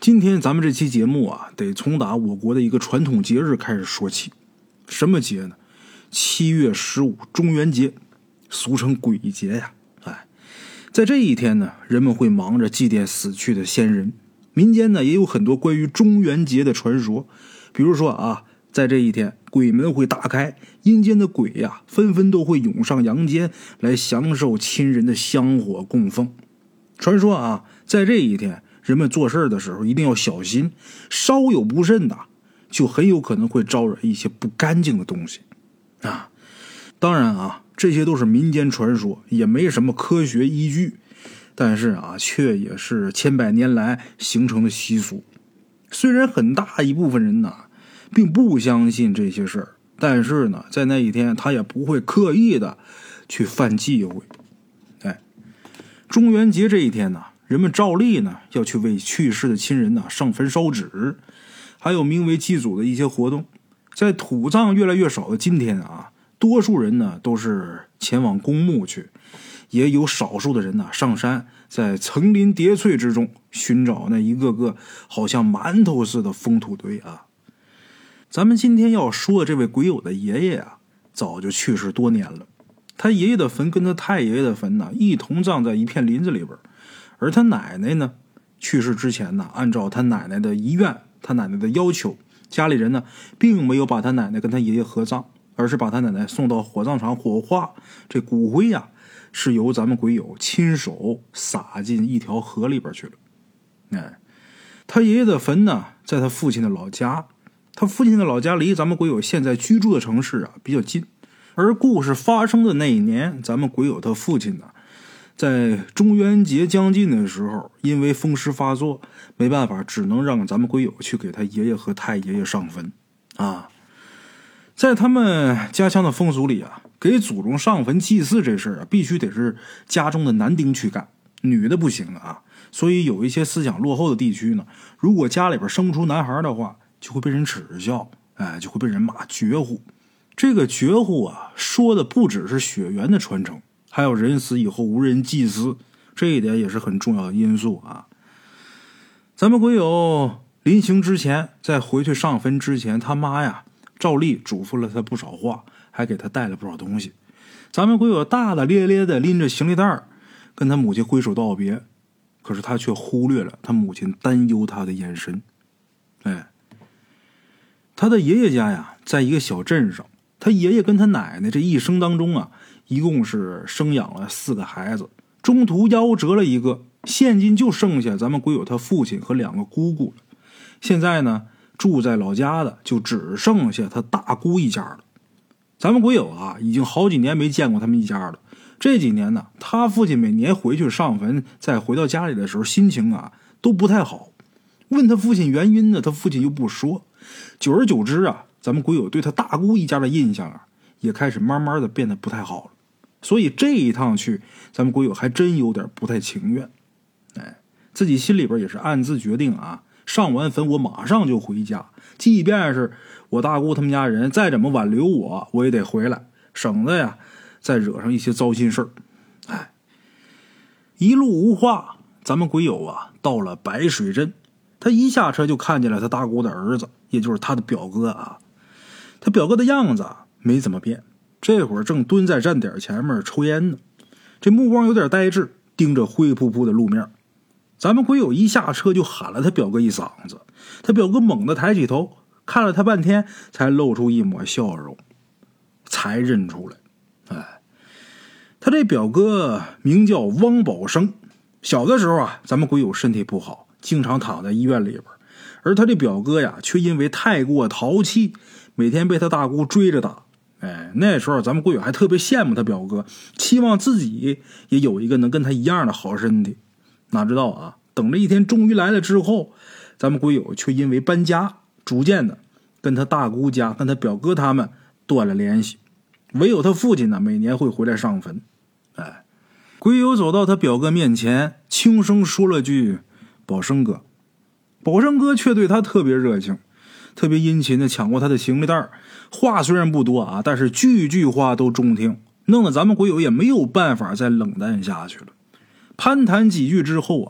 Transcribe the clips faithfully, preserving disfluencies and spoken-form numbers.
今天咱们这期节目啊，得从打我国的一个传统节日开始说起。什么节呢？七月十五中元节，俗称鬼节呀。哎，在这一天呢，人们会忙着祭奠死去的先人。民间呢也有很多关于中元节的传说，比如说啊，在这一天鬼门会大开，阴间的鬼呀、啊、纷纷都会涌上阳间来享受亲人的香火供奉。传说啊，在这一天人们做事的时候一定要小心，稍有不慎的就很有可能会招惹一些不干净的东西啊。当然啊，这些都是民间传说，也没什么科学依据，但是啊，却也是千百年来形成的习俗。虽然很大一部分人呢并不相信这些事儿，但是呢，在那一天他也不会刻意的去犯忌讳。哎，中元节这一天呢，人们照例呢要去为去世的亲人呢上坟烧纸，还有名为祭祖的一些活动。在土葬越来越少的今天啊，多数人呢都是前往公墓去，也有少数的人呢上山，在层林叠翠之中寻找那一个个好像馒头似的风土堆啊。咱们今天要说的这位鬼友的爷爷啊，早就去世多年了。他爷爷的坟跟他太爷爷的坟呢一同葬在一片林子里边，而他奶奶呢去世之前呢，按照他奶奶的遗愿，他奶奶的要求，家里人呢并没有把他奶奶跟他爷爷合葬，而是把他奶奶送到火葬场火化，这骨灰呀、啊、是由咱们鬼友亲手撒进一条河里边去了。哎，他爷爷的坟呢在他父亲的老家，他父亲的老家离咱们鬼友现在居住的城市啊比较近。而故事发生的那一年，咱们鬼友他父亲呢在中元节将近的时候，因为风湿发作，没办法，只能让咱们鬼友去给他爷爷和太爷爷上坟啊。在他们家乡的风俗里啊，给祖宗上坟祭祀这事儿啊，必须得是家中的男丁去干，女的不行啊。所以有一些思想落后的地区呢，如果家里边生不出男孩的话，就会被人耻笑，哎，就会被人骂绝户。这个绝户啊，说的不只是血缘的传承，还有人死以后无人祭祀，这一点也是很重要的因素啊。咱们鬼友临行之前，在回去上坟之前，他妈呀照例嘱咐了他不少话，还给他带了不少东西。咱们鬼友大大咧咧的拎着行李袋跟他母亲挥手道别，可是他却忽略了他母亲担忧他的眼神。哎，他的爷爷家呀在一个小镇上，他爷爷跟他奶奶这一生当中啊，一共是生养了四个孩子，中途夭折了一个，现今就剩下咱们鬼友他父亲和两个姑姑了。现在呢，住在老家的就只剩下他大姑一家了。咱们鬼友啊，已经好几年没见过他们一家了。这几年呢，他父亲每年回去上坟，再回到家里的时候，心情啊都不太好。问他父亲原因呢，他父亲又不说。久而久之啊，咱们鬼友对他大姑一家的印象啊，也开始慢慢的变得不太好了。所以这一趟去，咱们鬼友还真有点不太情愿。哎，自己心里边也是暗自决定啊，上完坟我马上就回家，即便是我大姑他们家人再怎么挽留我，我也得回来，省得呀再惹上一些糟心事儿。哎，一路无话，咱们鬼友啊到了白水镇，他一下车就看见了他大姑的儿子，也就是他的表哥啊。他表哥的样子啊没怎么变，这会儿正蹲在站点前面抽烟呢，这目光有点呆滞，盯着灰扑扑的路面。咱们鬼友一下车就喊了他表哥一嗓子，他表哥猛地抬起头看了他半天，才露出一抹笑容，才认出来。哎，他这表哥名叫汪宝生，小的时候啊，咱们鬼友身体不好，经常躺在医院里边，而他这表哥呀，却因为太过淘气，每天被他大姑追着打。哎，那时候咱们鬼友还特别羡慕他表哥，期望自己也有一个能跟他一样的好身体。哪知道啊，等了一天终于来了之后，咱们鬼友却因为搬家，逐渐的跟他大姑家跟他表哥他们断了联系，唯有他父亲呢每年会回来上坟。哎，鬼友走到他表哥面前，轻声说了句宝生哥。宝生哥却对他特别热情，特别殷勤的抢过他的行李袋，话虽然不多啊，但是句句话都中听，弄得咱们鬼友也没有办法再冷淡下去了。攀谈几句之后啊，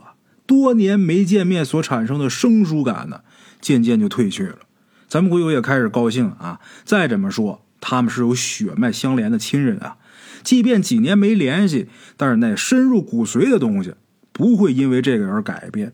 多年没见面所产生的生疏感呢，渐渐就退去了。咱们鬼友也开始高兴啊，再怎么说他们是有血脉相连的亲人啊，即便几年没联系，但是那深入骨髓的东西不会因为这个而改变。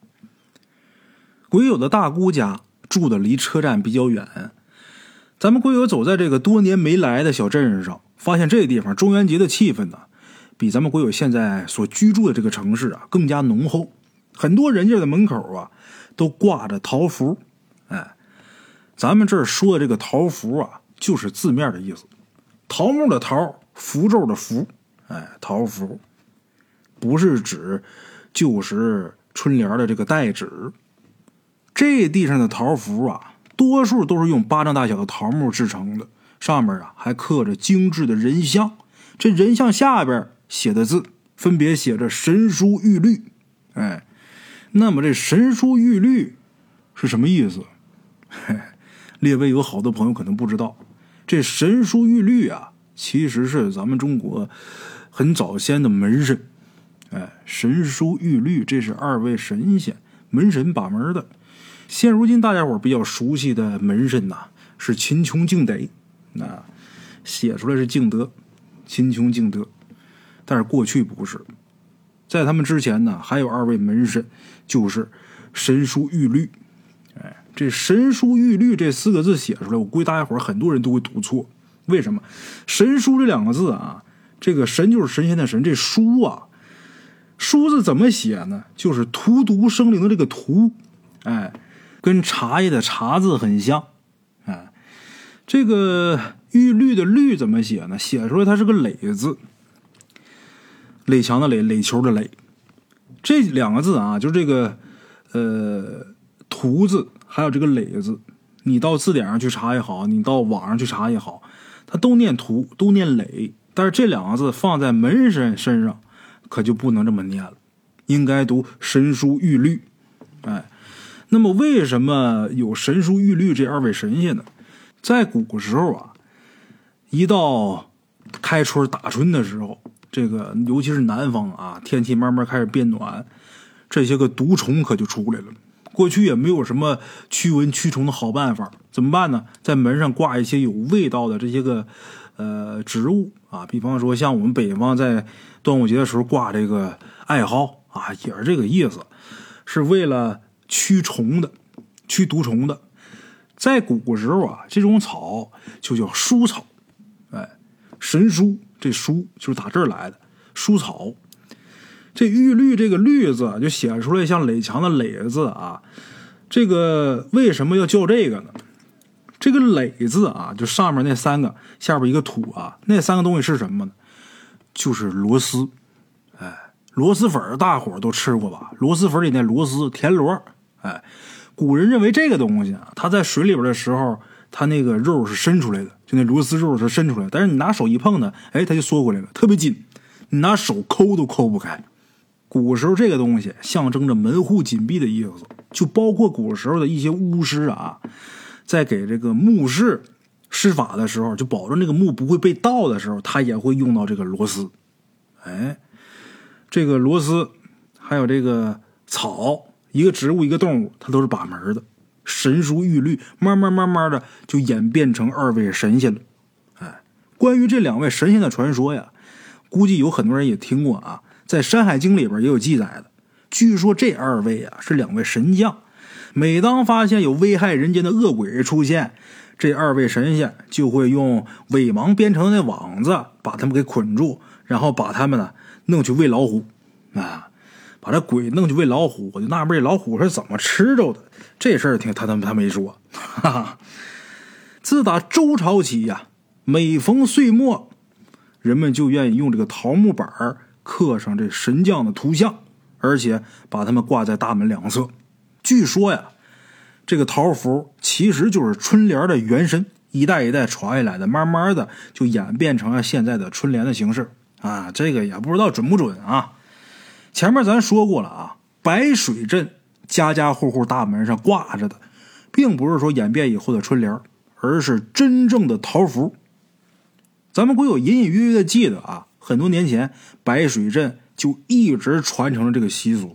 鬼友的大姑家住的离车站比较远，咱们鬼友走在这个多年没来的小镇上，发现这地方中元节的气氛呢，比咱们鬼友现在所居住的这个城市啊更加浓厚。很多人家的门口啊都挂着桃符，哎，咱们这儿说的这个桃符啊，就是字面的意思，桃木的桃，符咒的符，哎，桃符不是指就是春联的这个代指。这地上的桃符啊，多数都是用巴掌大小的桃木制成的，上面啊还刻着精致的人像，这人像下边写的字分别写着神书玉律。哎，那么这神书玉律是什么意思？嘿，列位有好多朋友可能不知道，这神书玉律啊，其实是咱们中国很早先的门神。哎，神书玉律这是二位神仙门神把门的。现如今大家伙比较熟悉的门神呐、啊，是秦琼敬德，那写出来是敬德，秦琼敬德，但是过去不是，在他们之前呢，还有二位门神，就是神书玉律。哎，这神书玉律这四个字写出来，我估计大家伙很多人都会读错。为什么？神书这两个字啊，这个神就是神仙的神，这书啊，书字怎么写呢？就是荼毒生灵的这个荼，哎，跟茶叶的茶字很像。哎，这个玉律的律怎么写呢？写出来它是个垒字，垒墙的垒，垒球的垒。这两个字啊，就是这个呃荼字，还有这个垒字，你到字典上去查也好，你到网上去查也好，它都念荼，都念垒。但是这两个字放在门神身上，可就不能这么念了，应该读神书玉律。哎，那么为什么有神书玉律这二位神仙呢？在古时候啊，一到开春打春的时候，这个尤其是南方啊，天气慢慢开始变暖，这些个毒虫可就出来了。过去也没有什么驱蚊驱虫的好办法，怎么办呢？在门上挂一些有味道的这些个呃植物啊，比方说像我们北方在端午节的时候挂这个艾蒿啊，也是这个意思，是为了驱虫的，驱毒虫的。在古时候啊，这种草就叫书草。哎，神书，这书就是打这儿来的，书草。这玉律这个律字就写出来像垒墙的垒字啊，这个为什么要叫这个呢？这个垒字啊，就上面那三个，下边一个土啊，那三个东西是什么呢？就是螺丝。哎，螺蛳粉大伙都吃过吧？螺蛳粉里那螺丝，田螺。哎，古人认为这个东西啊，它在水里边的时候，它那个肉是伸出来的，就那螺丝肉是伸出来的，但是你拿手一碰呢，哎，它就缩回来了，特别紧，你拿手抠都抠不开。古时候这个东西象征着门户紧闭的意思，就包括古时候的一些巫师啊，在给这个墓室施法的时候，就保证这个墓不会被盗的时候，他也会用到这个螺丝。哎，这个螺丝还有这个草，一个植物一个动物，它都是把门的。神书玉律慢慢慢慢的就演变成二位神仙了。哎，关于这两位神仙的传说呀，估计有很多人也听过啊，在《山海经》里边也有记载的。据说这二位啊是两位神将，每当发现有危害人间的恶鬼出现，这二位神仙就会用尾芒编成的那网子把他们给捆住，然后把他们呢弄去喂老虎啊，把这鬼弄去喂老虎。我就纳闷这老虎是怎么吃着的，这事儿听他他他没说。哈哈，自打周朝起呀、啊，每逢岁末，人们就愿意用这个桃木板刻上这神将的图像，而且把他们挂在大门两侧。据说呀，这个桃符其实就是春联的原神，一代一代传下来的，慢慢的就演变成了现在的春联的形式啊。这个也不知道准不准啊。前面咱说过了啊，白水镇家家户户大门上挂着的，并不是说演变以后的春联，而是真正的桃符。咱们会有隐隐约约的记得啊，很多年前白水镇就一直传承了这个习俗。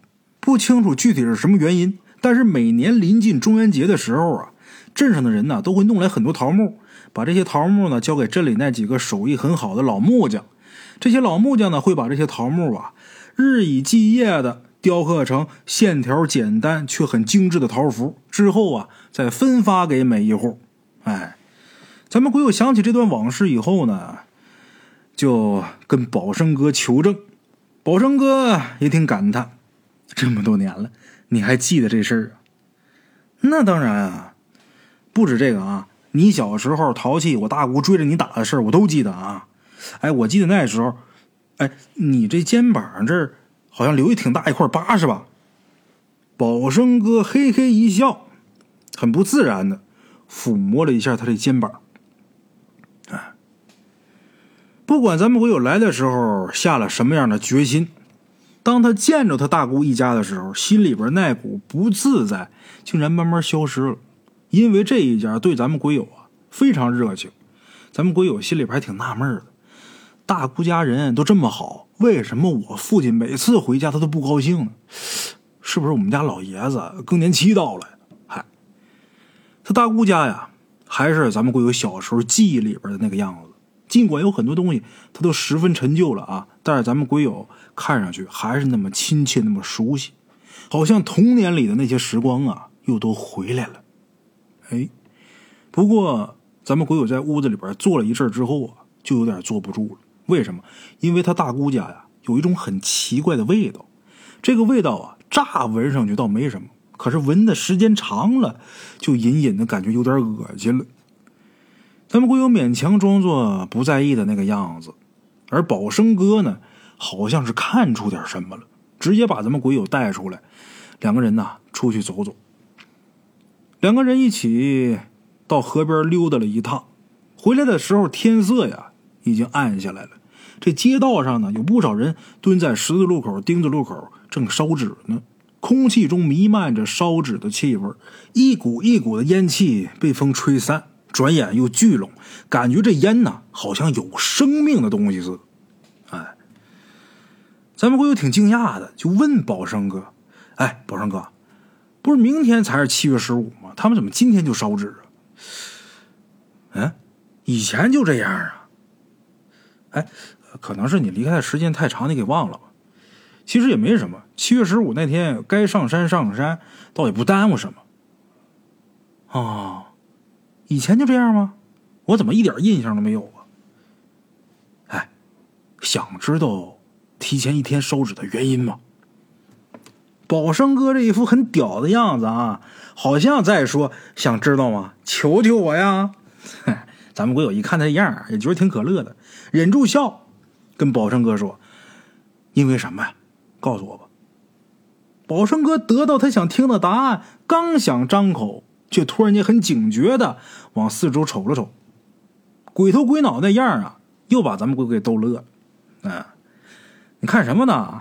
不清楚具体是什么原因，但是每年临近中元节的时候啊，镇上的人呢都会弄来很多桃木，把这些桃木呢交给镇里那几个手艺很好的老木匠。这些老木匠呢会把这些桃木啊日以继夜的雕刻成线条简单却很精致的桃符，之后啊再分发给每一户。哎，咱们鬼友想起这段往事以后呢，就跟宝生哥求证。宝生哥也挺感叹，这么多年了你还记得这事儿啊？那当然啊，不止这个啊，你小时候淘气我大姑追着你打的事儿我都记得啊。哎，我记得那时候，哎，你这肩膀这儿好像留一挺大一块疤是吧？宝生哥嘿嘿一笑，很不自然的抚摸了一下他的肩膀。哎，不管咱们鬼友来的时候下了什么样的决心，当他见着他大姑一家的时候，心里边那股不自在竟然慢慢消失了。因为这一家对咱们鬼友啊非常热情，咱们鬼友心里边还挺纳闷的，大姑家人都这么好，为什么我父亲每次回家他都不高兴呢？是不是我们家老爷子更年期到了？嗨，他大姑家呀还是咱们鬼友小时候记忆里边的那个样子，尽管有很多东西他都十分陈旧了啊，但是咱们鬼友看上去还是那么亲切，那么熟悉，好像童年里的那些时光啊又都回来了。哎，不过咱们鬼友在屋子里边坐了一阵之后啊，就有点坐不住了。为什么？因为他大姑家呀有一种很奇怪的味道，这个味道啊乍闻上去倒没什么，可是闻的时间长了就隐隐的感觉有点恶心了。咱们鬼友勉强装作不在意的那个样子，而宝生哥呢好像是看出点什么了，直接把咱们鬼友带出来，两个人呢出去走走。两个人一起到河边溜达了一趟，回来的时候天色呀已经暗下来了。这街道上呢有不少人蹲在十字路口丁字路口正烧纸呢，空气中弥漫着烧纸的气味，一股一股的烟气被风吹散，转眼又聚拢，感觉这烟呢好像有生命的东西似的。哎，咱们鬼友挺惊讶的，就问宝生哥，哎，宝生哥，不是明天才是七月十五吗？他们怎么今天就烧纸啊？嗯，以前就这样啊。哎，可能是你离开的时间太长，你给忘了吧。其实也没什么，七月十五那天该上山上山，倒也不耽误什么。哦，以前就这样吗？我怎么一点印象都没有啊？哎，想知道提前一天烧纸的原因吗？宝生哥这一副很屌的样子啊，好像在说想知道吗？求求我呀！咱们鬼友一看他这样也觉得挺可乐的，忍住笑跟宝生哥说，因为什么呀？告诉我吧。宝生哥得到他想听的答案，刚想张口，却突然间很警觉的往四周瞅了瞅，鬼头鬼脑那样啊，又把咱们鬼给逗乐了。嗯，你看什么呢？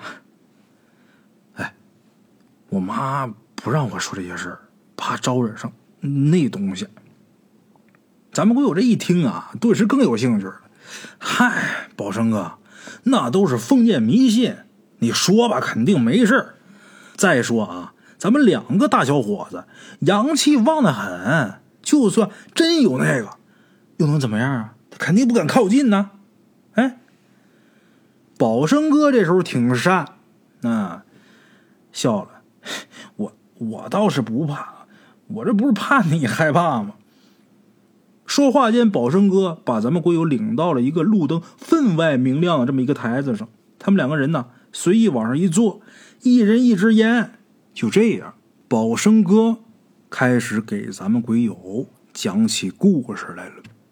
我妈不让我说这些事儿，怕招惹上那东西。咱们鬼友这一听啊，顿时更有兴趣了。嗨，宝生哥，那都是封建迷信，你说吧，肯定没事。再说啊，咱们两个大小伙子阳气旺得很，就算真有那个，又能怎么样啊？他肯定不敢靠近呢。哎，宝生哥这时候挺善，啊，笑了。我我倒是不怕，我这不是怕你害怕吗？说话间，宝生哥把咱们鬼友领到了一个路灯分外明亮的这么一个台子上，他们两个人呢随意往上一坐，一人一支烟，就这样，宝生哥开始给咱们鬼友讲起故事来了。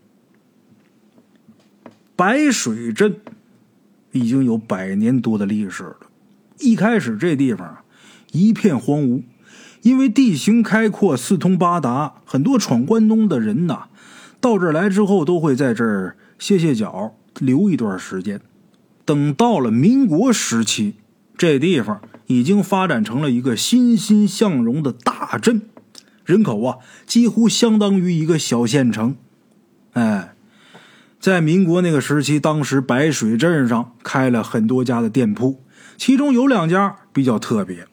白水镇已经有百年多的历史了，一开始这地方一片荒芜，因为地形开阔，四通八达，很多闯关东的人呐，到这儿来之后都会在这儿歇歇脚，留一段时间。等到了民国时期，这地方已经发展成了一个欣欣向荣的大镇，人口啊几乎相当于一个小县城。哎，在民国那个时期，当时白水镇上开了很多家的店铺，其中有两家比较特别。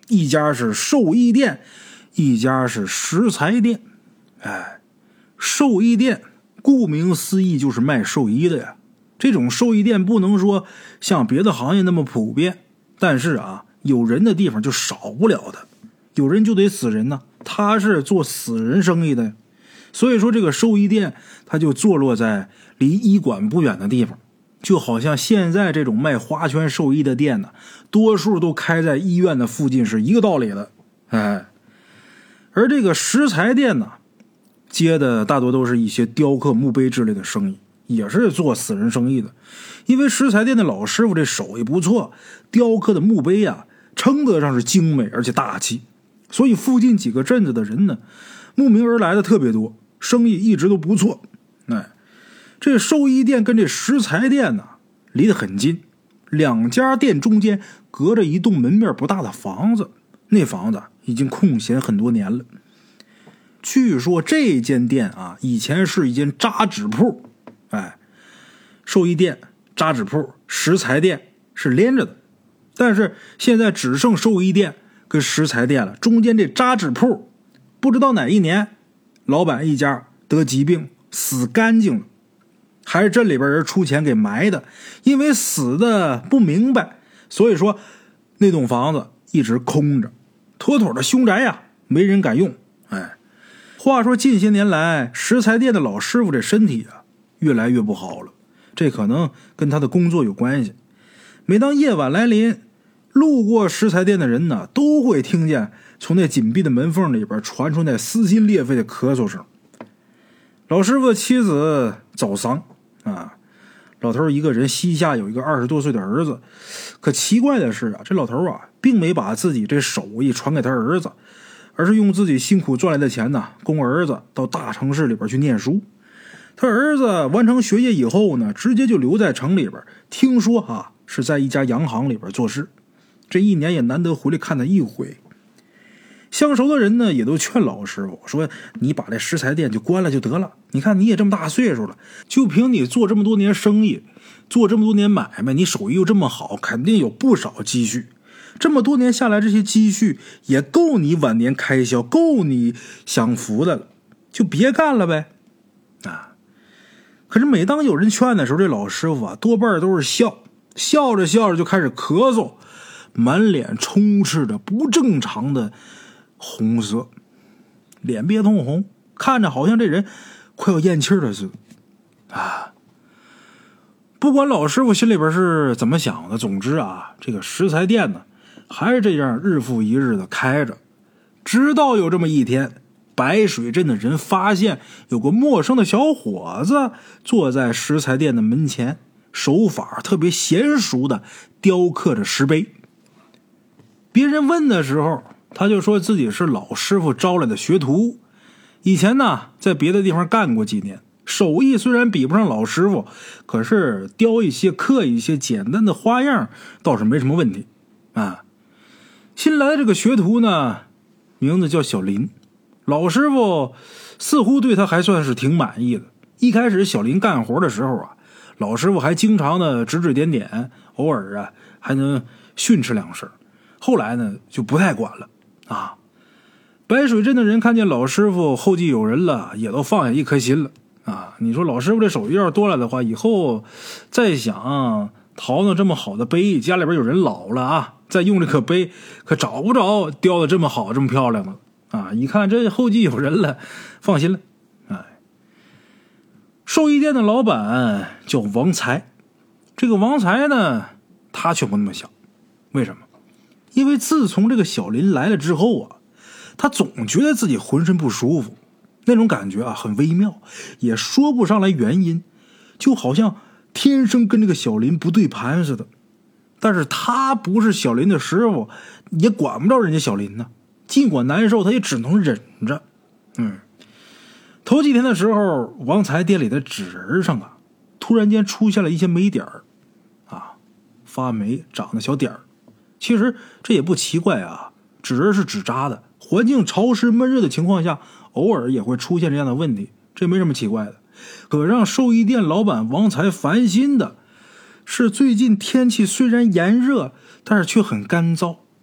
一家是寿衣店，一家是食材店。哎，寿衣店顾名思义就是卖寿衣的呀。这种寿衣店不能说像别的行业那么普遍，但是啊，有人的地方就少不了的，有人就得死人呢，他是做死人生意的。所以说这个寿衣店它就坐落在离医馆不远的地方，就好像现在这种卖花圈寿衣的店呢，多数都开在医院的附近是一个道理的。哎，而这个食材店呢，接的大多都是一些雕刻墓碑之类的生意，也是做死人生意的。因为食材店的老师傅这手艺不错，雕刻的墓碑啊称得上是精美而且大气，所以附近几个镇子的人呢慕名而来的特别多，生意一直都不错。哎，这寿衣店跟这食材店呢离得很近，两家店中间隔着一栋门面不大的房子，那房子已经空闲很多年了。据说这间店啊以前是一间扎纸铺，哎，寿衣店、扎纸铺、食材店是连着的，但是现在只剩寿衣店跟食材店了，中间这扎纸铺不知道哪一年老板一家得疾病死干净了，还是镇里边人出钱给埋的，因为死的不明白，所以说那栋房子一直空着，妥妥的凶宅呀，没人敢用。哎，话说近些年来食材店的老师傅这身体啊越来越不好了，这可能跟他的工作有关系。每当夜晚来临，路过食材店的人呢都会听见从那紧闭的门缝里边传出那撕心裂肺的咳嗽声。老师傅的妻子早丧啊，老头一个人膝下有一个二十多岁的儿子。可奇怪的是啊，这老头啊并没把自己这手艺传给他儿子，而是用自己辛苦赚来的钱呢供儿子到大城市里边去念书。他儿子完成学业以后呢，直接就留在城里边，听说啊是在一家洋行里边做事，这一年也难得回来看他一回。相熟的人呢也都劝老师傅说，你把这食材店就关了就得了，你看你也这么大岁数了，就凭你做这么多年生意，做这么多年买卖，你手艺又这么好，肯定有不少积蓄，这么多年下来这些积蓄也够你晚年开销，够你享福的了，就别干了呗。啊，可是每当有人劝的时候，这老师傅啊多半都是笑，笑着笑着就开始咳嗽，满脸充斥着不正常的红色，脸憋通红，看着好像这人快要咽气了似的。啊，不管老师傅心里边是怎么想的，总之啊，这个食材店呢还是这样日复一日的开着。直到有这么一天，白水镇的人发现有个陌生的小伙子坐在食材店的门前，手法特别娴熟的雕刻着石碑。别人问的时候，他就说自己是老师傅招来的学徒，以前呢在别的地方干过几年，手艺虽然比不上老师傅，可是雕一些刻一些简单的花样倒是没什么问题啊。新来的这个学徒呢名字叫小林，老师傅似乎对他还算是挺满意的。一开始小林干活的时候啊，老师傅还经常的指指点点，偶尔啊还能训斥两声，后来呢就不太管了啊。白水镇的人看见老师傅后继有人了，也都放下一颗心了啊。你说老师傅这手艺要是多了的话，以后再想淘弄这么好的碑，家里边有人老了啊，再用这个碑可找不着雕的这么好这么漂亮的啊。一看这后继有人了，放心了。哎，寿衣店的老板叫王才，这个王才呢他却不那么想。为什么？因为自从这个小林来了之后啊，他总觉得自己浑身不舒服，那种感觉啊很微妙，也说不上来原因，就好像天生跟这个小林不对盘似的。但是他不是小林的师傅，也管不着人家小林呢，尽管难受他也只能忍着。嗯，头几天的时候，王才店里的纸人上啊突然间出现了一些霉点儿啊，发霉长的小点儿。其实这也不奇怪啊，纸人是纸扎的，环境潮湿闷热的情况下偶尔也会出现这样的问题，这没什么奇怪的。可让寿衣店老板王才烦心的是，最近天气虽然炎热，但是却很干燥，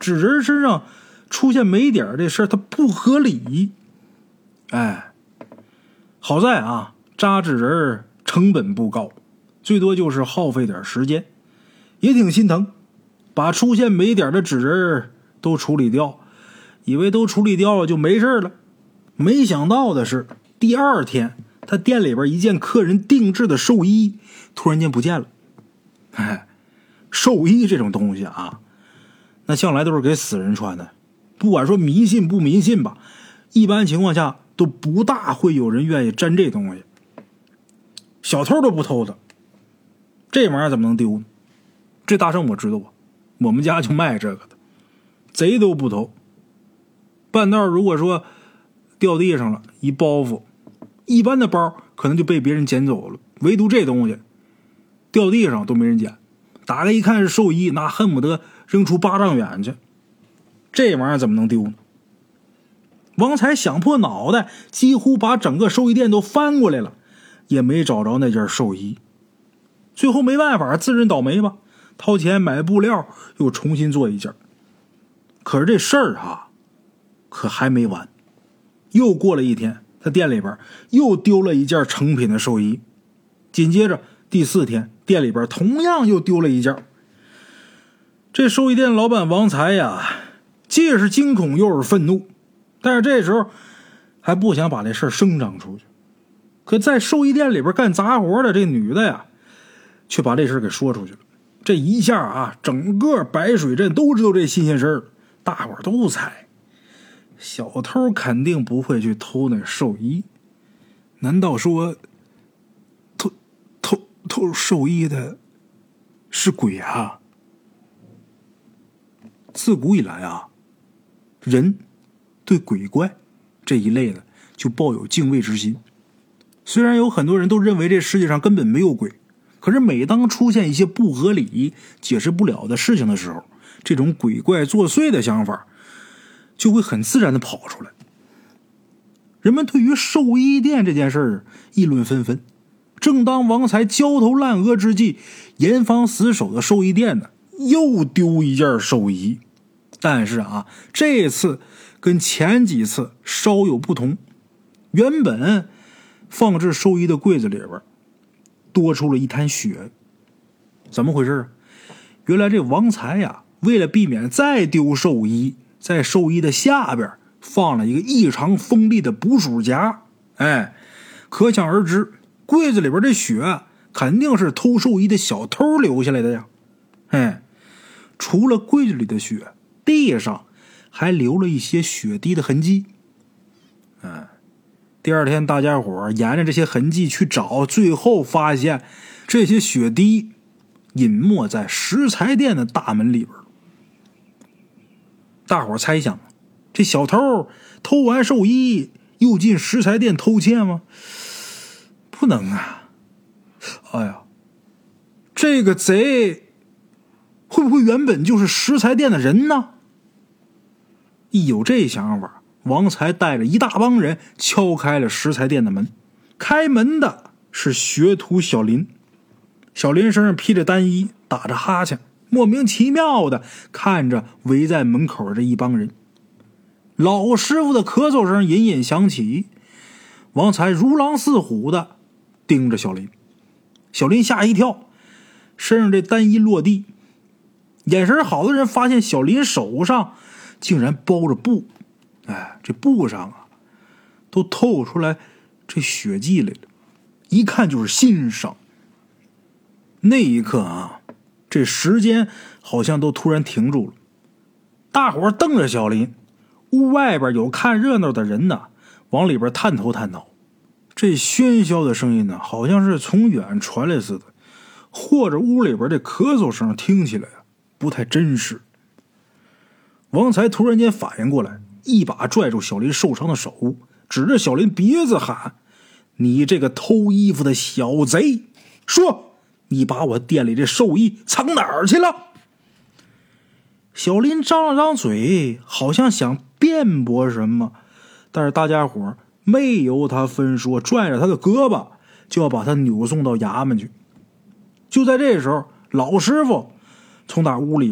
纸人身上出现霉点这事儿它不合理。哎，好在啊，扎纸人成本不高，最多就是耗费点时间，也挺心疼，把出现霉点的纸人都处理掉，以为都处理掉了就没事了。没想到的是，第二天他店里边一件客人定制的寿衣突然间不见了。哎，寿衣这种东西啊，那向来都是给死人穿的，不管说迷信不迷信吧，一般情况下都不大会有人愿意沾这东西。小偷都不偷的，这玩意儿怎么能丢呢？这大圣我知道啊，我们家就卖这个的，贼都不偷。半道如果说掉地上了一包袱，一般的包可能就被别人捡走了，唯独这东西掉地上都没人捡，打开一看是寿衣，那恨不得扔出八丈远去。这玩意儿怎么能丢呢？王才想破脑袋，几乎把整个寿衣店都翻过来了，也没找着那件寿衣。最后没办法，自认倒霉吧，掏钱买布料，又重新做一件。可是这事儿啊，可还没完。又过了一天，他店里边又丢了一件成品的寿衣。紧接着第四天，店里边同样又丢了一件。这寿衣店老板王才呀，既是惊恐又是愤怒，但是这时候还不想把这事儿声张出去。可在寿衣店里边干杂活的这女的呀，却把这事儿给说出去了。这一下啊，整个白水镇都知道这新鲜事儿，大伙儿都猜小偷肯定不会去偷那寿衣，难道说偷偷偷寿衣的是鬼啊？自古以来啊，人对鬼怪这一类的就抱有敬畏之心。虽然有很多人都认为这世界上根本没有鬼，可是每当出现一些不合理、解释不了的事情的时候，这种鬼怪作祟的想法就会很自然的跑出来。人们对于寿衣店这件事儿议论纷纷。正当王才焦头烂额之际，严防死守的寿衣店呢，又丢一件寿衣。但是啊，这次跟前几次稍有不同。原本放置寿衣的柜子里边多出了一滩血。怎么回事？原来这王才呀，为了避免再丢寿衣，在寿衣的下边放了一个异常锋利的捕鼠夹。哎，可想而知，柜子里边这血肯定是偷寿衣的小偷留下来的呀。哎，除了柜子里的血，地上还留了一些血滴的痕迹。嗯，第二天大家伙沿着这些痕迹去找，最后发现这些血滴隐没在食材店的大门里边。大伙猜想，这小偷偷完寿衣又进食材店偷窃吗？不能啊！哎呀，这个贼会不会原本就是食材店的人呢？一有这想法，王才带着一大帮人敲开了食材店的门。开门的是学徒小林。小林身上披着单衣，打着哈欠，莫名其妙的看着围在门口的这一帮人。老师傅的咳嗽声隐隐响起，王才如狼似虎的盯着小林。小林吓一跳，身上这单衣落地。眼神好的人发现小林手上竟然包着布，哎，这布上啊都透出来这血迹来了，一看就是新伤。那一刻啊，这时间好像都突然停住了。大伙瞪着小林，屋外边有看热闹的人呢，往里边探头探脑。这喧嚣的声音呢，好像是从远传来似的，或者屋里边这咳嗽声听起来啊不太真实。王才突然间反应过来，一把拽住小林受伤的手，指着小林鼻子喊：“你这个偷衣服的小贼，说你把我店里这寿衣藏哪儿去了？”小林张了张嘴，好像想辩驳什么，但是大家伙没由他分说，拽着他的胳膊就要把他扭送到衙门去。就在这时候，老师傅从那屋里边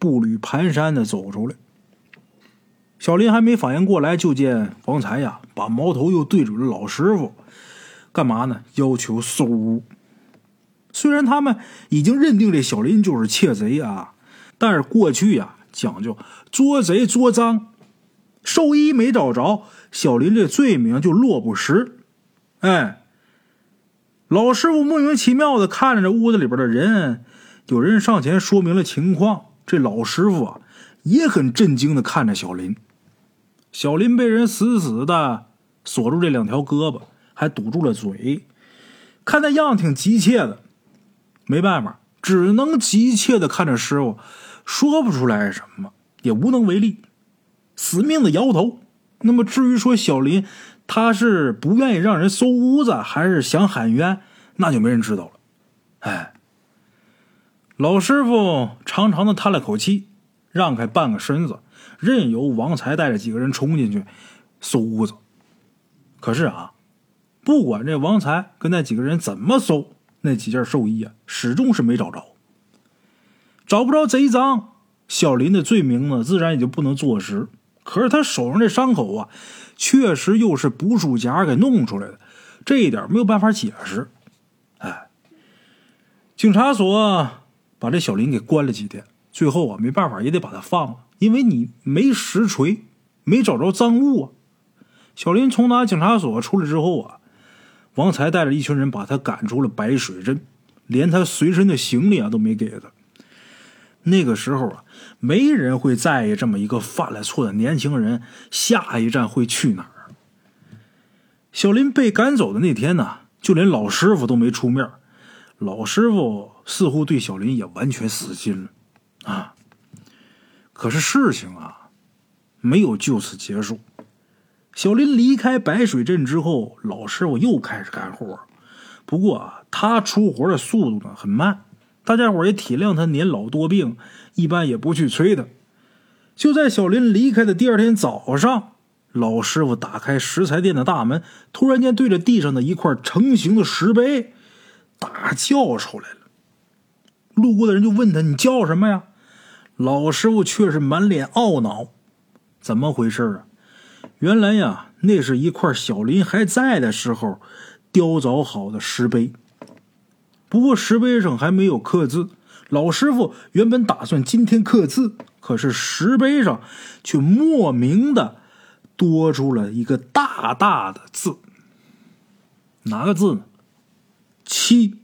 步履蹒跚的走出来。小林还没反应过来，就见王才呀把矛头又对准了老师傅，干嘛呢？要求搜屋。虽然他们已经认定这小林就是窃贼啊，但是过去呀讲究捉贼捉赃，兽医没找着，小林这罪名就落不实。哎，老师傅莫名其妙的看着这屋子里边的人，有人上前说明了情况，这老师傅啊也很震惊的看着小林。小林被人死死的锁住这两条胳膊，还堵住了嘴，看那样挺急切的，没办法，只能急切的看着师傅，说不出来什么，也无能为力，死命的摇头。那么至于说小林他是不愿意让人搜屋子，还是想喊冤，那就没人知道了。哎，老师傅长长的叹了口气，让开半个身子，任由王才带着几个人冲进去搜屋子。可是啊，不管这王才跟那几个人怎么搜，那几件寿衣啊始终是没找着。找不着贼赃，小林的罪名呢自然也就不能坐实。可是他手上这伤口啊确实又是捕鼠夹给弄出来的，这一点没有办法解释。哎，警察所把这小林给关了几天，最后啊没办法也得把他放了，因为你没实锤，没找着赃物啊。小林从打警察所出来之后啊，王才带着一群人把他赶出了白水镇，连他随身的行李啊都没给他。那个时候啊，没人会在意这么一个犯了错的年轻人下一站会去哪儿。小林被赶走的那天呢，就连老师傅都没出面，老师傅似乎对小林也完全死心了啊。可是事情啊没有就此结束。小林离开白水镇之后，老师傅又开始干活，不过啊他出活的速度呢很慢，大家伙也体谅他年老多病，一般也不去催他。就在小林离开的第二天早上，老师傅打开食材店的大门，突然间对着地上的一块成型的石碑大叫出来了。路过的人就问他，你叫什么呀？老师傅却是满脸懊恼。怎么回事啊？原来呀，那是一块小林还在的时候雕凿好的石碑。不过石碑上还没有刻字，老师傅原本打算今天刻字，可是石碑上却莫名的多出了一个大大的字。哪个字呢？七。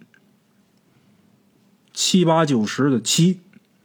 七八九十的七。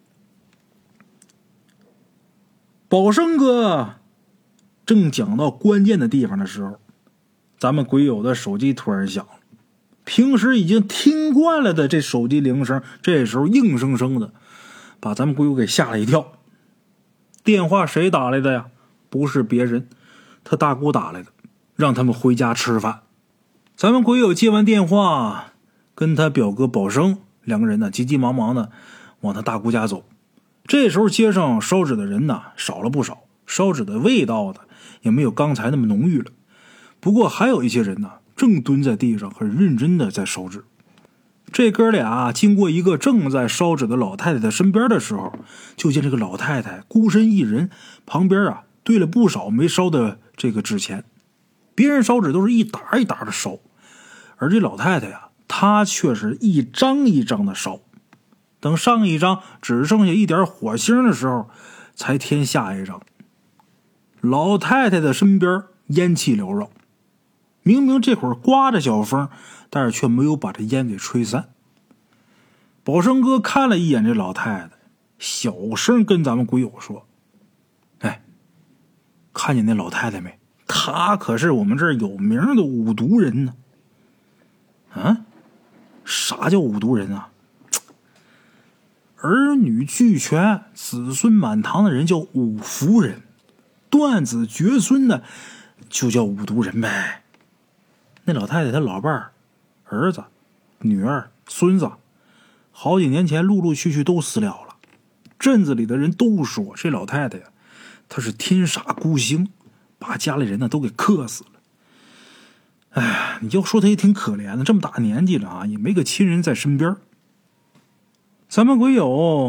宝生哥正讲到关键的地方的时候，咱们鬼友的手机突然响了。平时已经听惯了的这手机铃声，这时候硬生生的把咱们鬼友给吓了一跳。电话谁打来的呀？不是别人，他大姑打来的，让他们回家吃饭。咱们鬼友接完电话，跟他表哥宝生两个人呢急急忙忙的往他大姑家走。这时候街上烧纸的人呢少了不少，烧纸的味道呢也没有刚才那么浓郁了。不过还有一些人呢正蹲在地上很认真的在烧纸。这哥俩经过一个正在烧纸的老太太的身边的时候，就见这个老太太孤身一人，旁边啊堆了不少没烧的这个纸钱。别人烧纸都是一沓一沓的烧，而这老太太呀，她却是一张一张的烧。等上一张只剩下一点火星的时候，才添下一张。老太太的身边烟气缭绕，明明这会儿刮着小风，但是却没有把这烟给吹散。宝生哥看了一眼这老太太，小声跟咱们鬼友说：“哎，看见那老太太没？她可是我们这儿有名的五毒人呢。”啊？啥叫五毒人啊？儿女俱全、子孙满堂的人叫五福人，断子绝孙的就叫五毒人呗。那老太太她老伴儿、儿子、女儿、孙子，好几年前陆陆续续都死了了。镇子里的人都说这老太太呀，她是天煞孤星，把家里人呢都给克死了。哎，你要说她也挺可怜的，这么大年纪了啊，也没个亲人在身边。咱们鬼友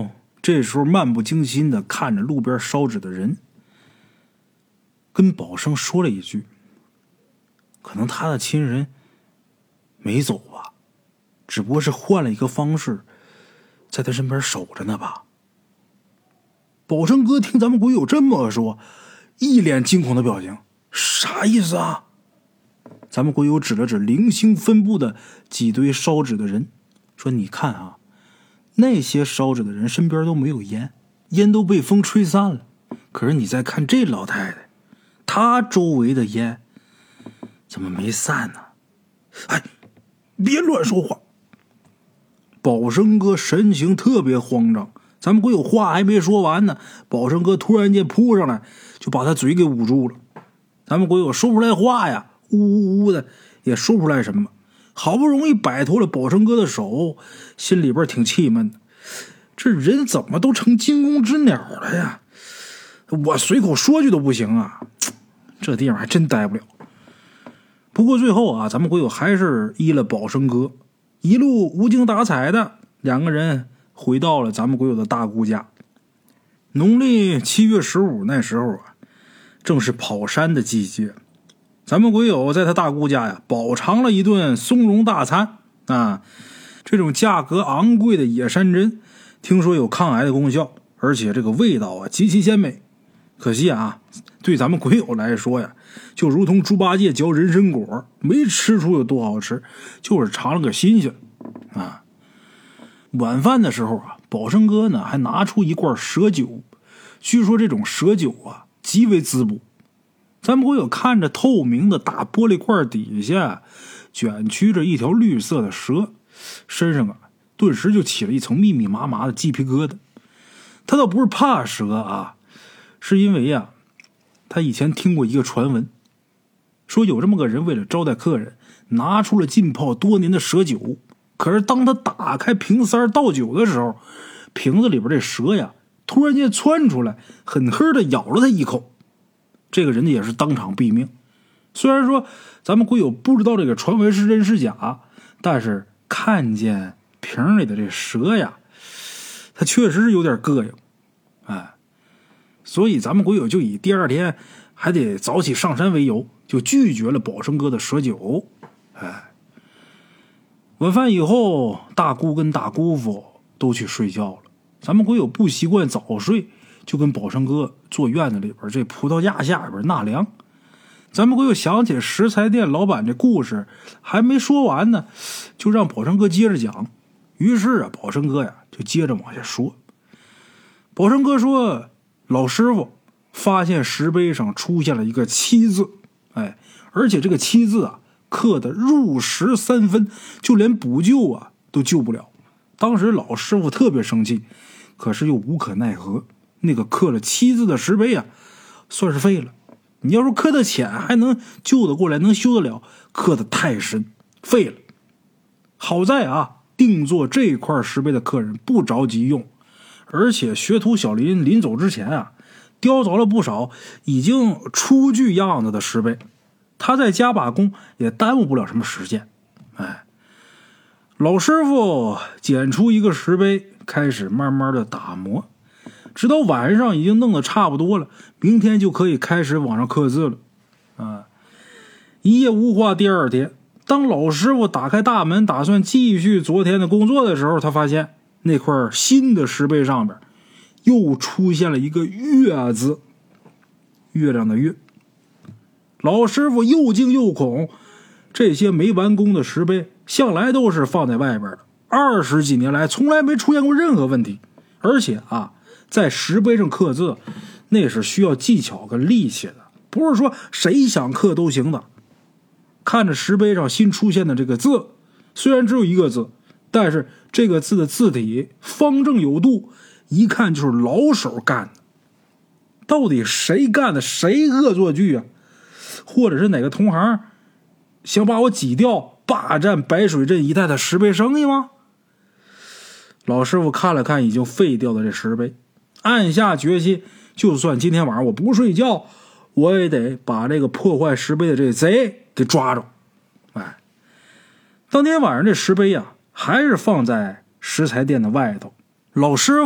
这时候漫不经心地看着路边烧纸的人，跟宝生说了一句：“可能他的亲人没走吧，只不过是换了一个方式，在他身边守着呢吧。”宝生哥听咱们鬼友这么说，一脸惊恐的表情，啥意思啊？咱们鬼友指了指零星分布的几堆烧纸的人，说：“你看啊，那些烧纸的人身边都没有烟，烟都被风吹散了。可是你再看这老太太，她周围的烟怎么没散呢？”哎，别乱说话！宝生哥神情特别慌张，咱们鬼友话还没说完呢，宝生哥突然间扑上来，就把他嘴给捂住了。咱们鬼友说不出来话呀，呜呜呜的也说不出来什么。好不容易摆脱了宝生哥的手，心里边挺气闷的。这人怎么都成惊弓之鸟了呀？我随口说句都不行啊，这地方还真待不了。不过最后啊，咱们鬼友还是依了宝生哥，一路无精打采的，两个人回到了咱们鬼友的大姑家。农历七月十五那时候啊，正是跑山的季节。咱们鬼友在他大姑家呀，饱尝了一顿松茸大餐啊。这种价格昂贵的野山珍，听说有抗癌的功效，而且这个味道啊极其鲜美。可惜啊，对咱们鬼友来说呀，就如同猪八戒嚼人参果，没吃出有多好吃，就是尝了个新鲜啊。晚饭的时候啊，宝生哥呢还拿出一罐蛇酒，据说这种蛇酒啊极为滋补。咱们鬼友看着透明的大玻璃罐底下卷曲着一条绿色的蛇，身上啊顿时就起了一层密密麻麻的鸡皮疙瘩。他倒不是怕蛇啊，是因为啊他以前听过一个传闻，说有这么个人为了招待客人，拿出了浸泡多年的蛇酒，可是当他打开瓶塞倒酒的时候，瓶子里边这蛇呀突然间窜出来，狠狠的咬了他一口。这个人也是当场毙命。虽然说咱们鬼友不知道这个传闻是真是假，但是看见瓶里的这蛇呀，他确实是有点膈应。哎，所以咱们鬼友就以第二天还得早起上山为由，就拒绝了宝生哥的蛇酒。哎，晚饭以后，大姑跟大姑父都去睡觉了。咱们鬼友不习惯早睡，就跟宝生哥坐院子里边这葡萄架下边纳凉。咱们鬼友想起食材店老板这故事还没说完呢，就让宝生哥接着讲。于是啊，宝生哥呀就接着往下说。宝生哥说，老师傅发现石碑上出现了一个七字，哎，而且这个七字啊刻得入石三分，就连补救啊都救不了。当时老师傅特别生气，可是又无可奈何。那个刻了七字的石碑啊，算是废了。你要说刻得浅还能救得过来，能修得了，刻得太深，废了。好在啊，定做这块石碑的客人不着急用，而且学徒小林临走之前啊，雕凿了不少已经出具样子的石碑，他再加把工也耽误不了什么时间。哎，老师傅捡出一个石碑，开始慢慢的打磨，直到晚上已经弄得差不多了，明天就可以开始往上刻字了。啊，一夜无话。第二天，当老师傅打开大门打算继续昨天的工作的时候，他发现那块新的石碑上边又出现了一个月字，月亮的月。老师傅又惊又恐，这些没完工的石碑向来都是放在外边的，二十几年来从来没出现过任何问题。而且啊，在石碑上刻字那是需要技巧跟力气的，不是说谁想刻都行的。看着石碑上新出现的这个字，虽然只有一个字，但是这个字的字体方正有度，一看就是老手干的。到底谁干的？谁恶作剧啊？或者是哪个同行想把我挤掉，霸占白水镇一带的石碑生意吗？老师傅看了看已经废掉的这石碑，暗下决心，就算今天晚上我不睡觉，我也得把这个破坏石碑的这贼给抓着。哎，当天晚上这石碑啊，还是放在石材店的外头。老师傅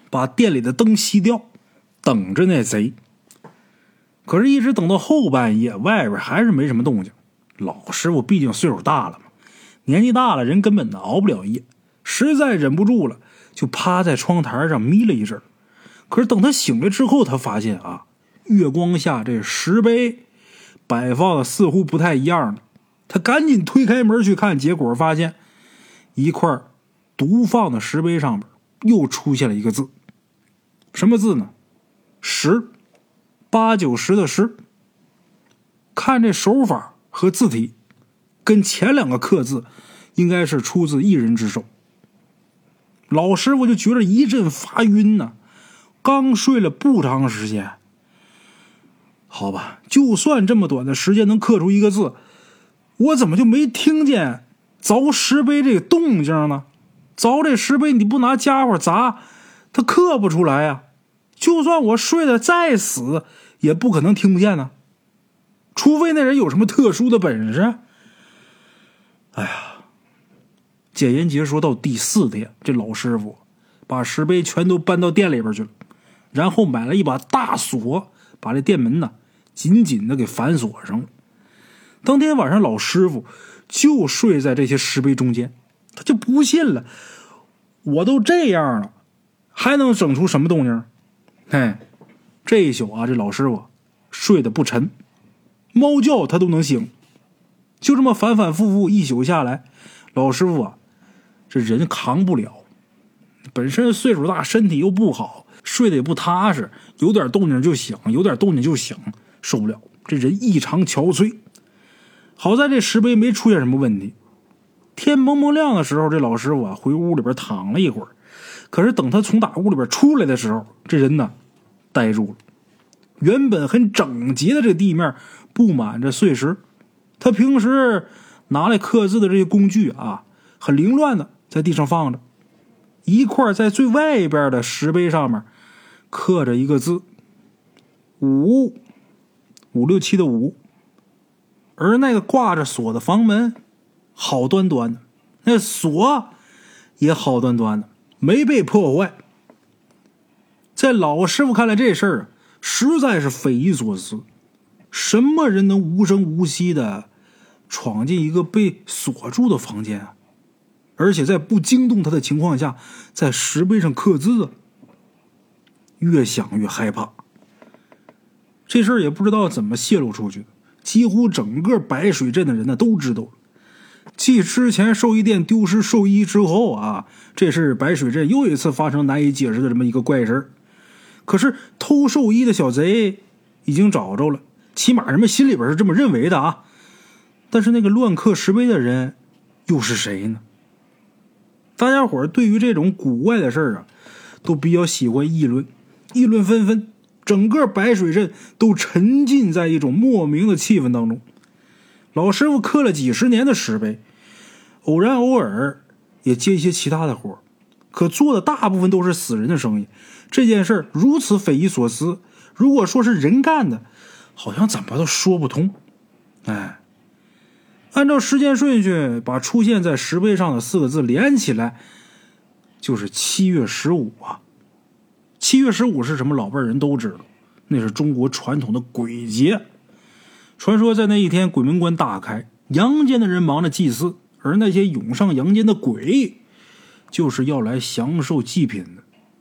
把店里的灯熄掉，等着那贼。可是一直等到后半夜，外边还是没什么动静。老师傅毕竟岁数大了嘛，年纪大了，人根本呢熬不了夜，实在忍不住了，就趴在窗台上眯了一阵。可是等他醒来之后，他发现啊，月光下这石碑摆放的似乎不太一样了。他赶紧推开门去看，结果发现一块独放的石碑上面又出现了一个字。什么字呢？十，八九十的十。看这手法和字体，跟前两个刻字应该是出自一人之手。老师傅就觉得一阵发晕呢、啊，刚睡了不长时间。好吧，就算这么短的时间能刻出一个字，我怎么就没听见凿石碑这个动静呢？凿这石碑你不拿家伙砸，它刻不出来呀、啊。就算我睡得再死，也不可能听不见呢。除非那人有什么特殊的本事。哎呀，检验结束到第四天，这老师傅把石碑全都搬到店里边去了，然后买了一把大锁，把这店门呢紧紧的给反锁上了。当天晚上，老师傅就睡在这些石碑中间，他就不信了，我都这样了，还能整出什么动静？哎，这一宿啊，这老师傅睡得不沉，猫叫他都能醒。就这么反反复复一宿下来，老师傅啊，这人扛不了，本身岁数大，身体又不好，睡得也不踏实，有点动静就醒，有点动静就醒，受不了，这人异常憔悴。好在这石碑没出现什么问题。天蒙蒙亮的时候，这老师傅啊回屋里边躺了一会儿，可是等他从打屋里边出来的时候，这人呢呆住了。原本很整洁的这个地面布满着碎石，他平时拿来刻字的这些工具啊，很凌乱的在地上放着。一块在最外边的石碑上面刻着一个字，五，五六七的五。而那个挂着锁的房门好端端的，那锁也好端端的，没被破坏。在老师傅看来，这事儿啊实在是匪夷所思，什么人能无声无息的闯进一个被锁住的房间啊？而且在不惊动他的情况下，在石碑上刻字啊！越想越害怕。这事儿也不知道怎么泄露出去的，几乎整个白水镇的人呢都知道了。继之前寿衣店丢失寿衣之后啊，这是白水镇又一次发生难以解释的这么一个怪事。可是偷寿衣的小贼已经找着了，起码人们心里边是这么认为的啊。但是那个乱刻石碑的人又是谁呢？大家伙儿对于这种古怪的事儿啊，都比较喜欢议论，议论纷纷，整个白水镇都沉浸在一种莫名的气氛当中。老师傅刻了几十年的石碑，偶然偶尔也接一些其他的活，可做的大部分都是死人的生意。这件事儿如此匪夷所思，如果说是人干的，好像怎么都说不通。哎，按照时间顺序把出现在石碑上的四个字连起来，就是七月十五啊。七月十五是什么？老辈人都知道，那是中国传统的鬼节。传说在那一天鬼门关大开，阳间的人忙着祭祀，而那些涌上阳间的鬼就是要来享受祭品的。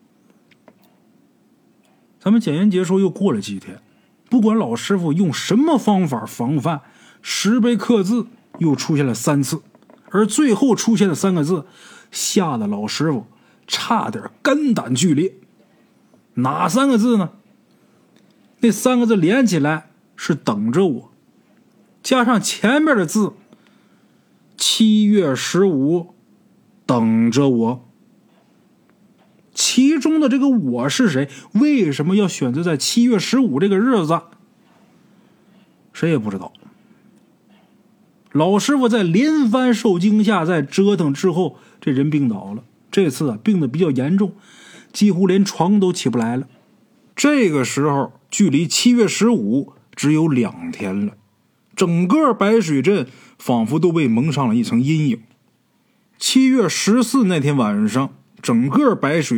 咱们检验结束又过了几天，不管老师傅用什么方法防范，石碑刻字又出现了三次，而最后出现的三个字吓得老师傅差点肝胆俱裂。哪三个字呢？那三个字连起来是等着我，加上前面的字七月十五等着我。其中的这个我是谁？为什么要选择在七月十五这个日子？谁也不知道。老师傅在连番受惊吓，在折腾之后，这人病倒了。这次啊，病得比较严重，几乎连床都起不来了。这个时候，距离七月十五只有两天了，整个白水镇仿佛都被蒙上了一层阴影。七月十四那天晚上，整个白水镇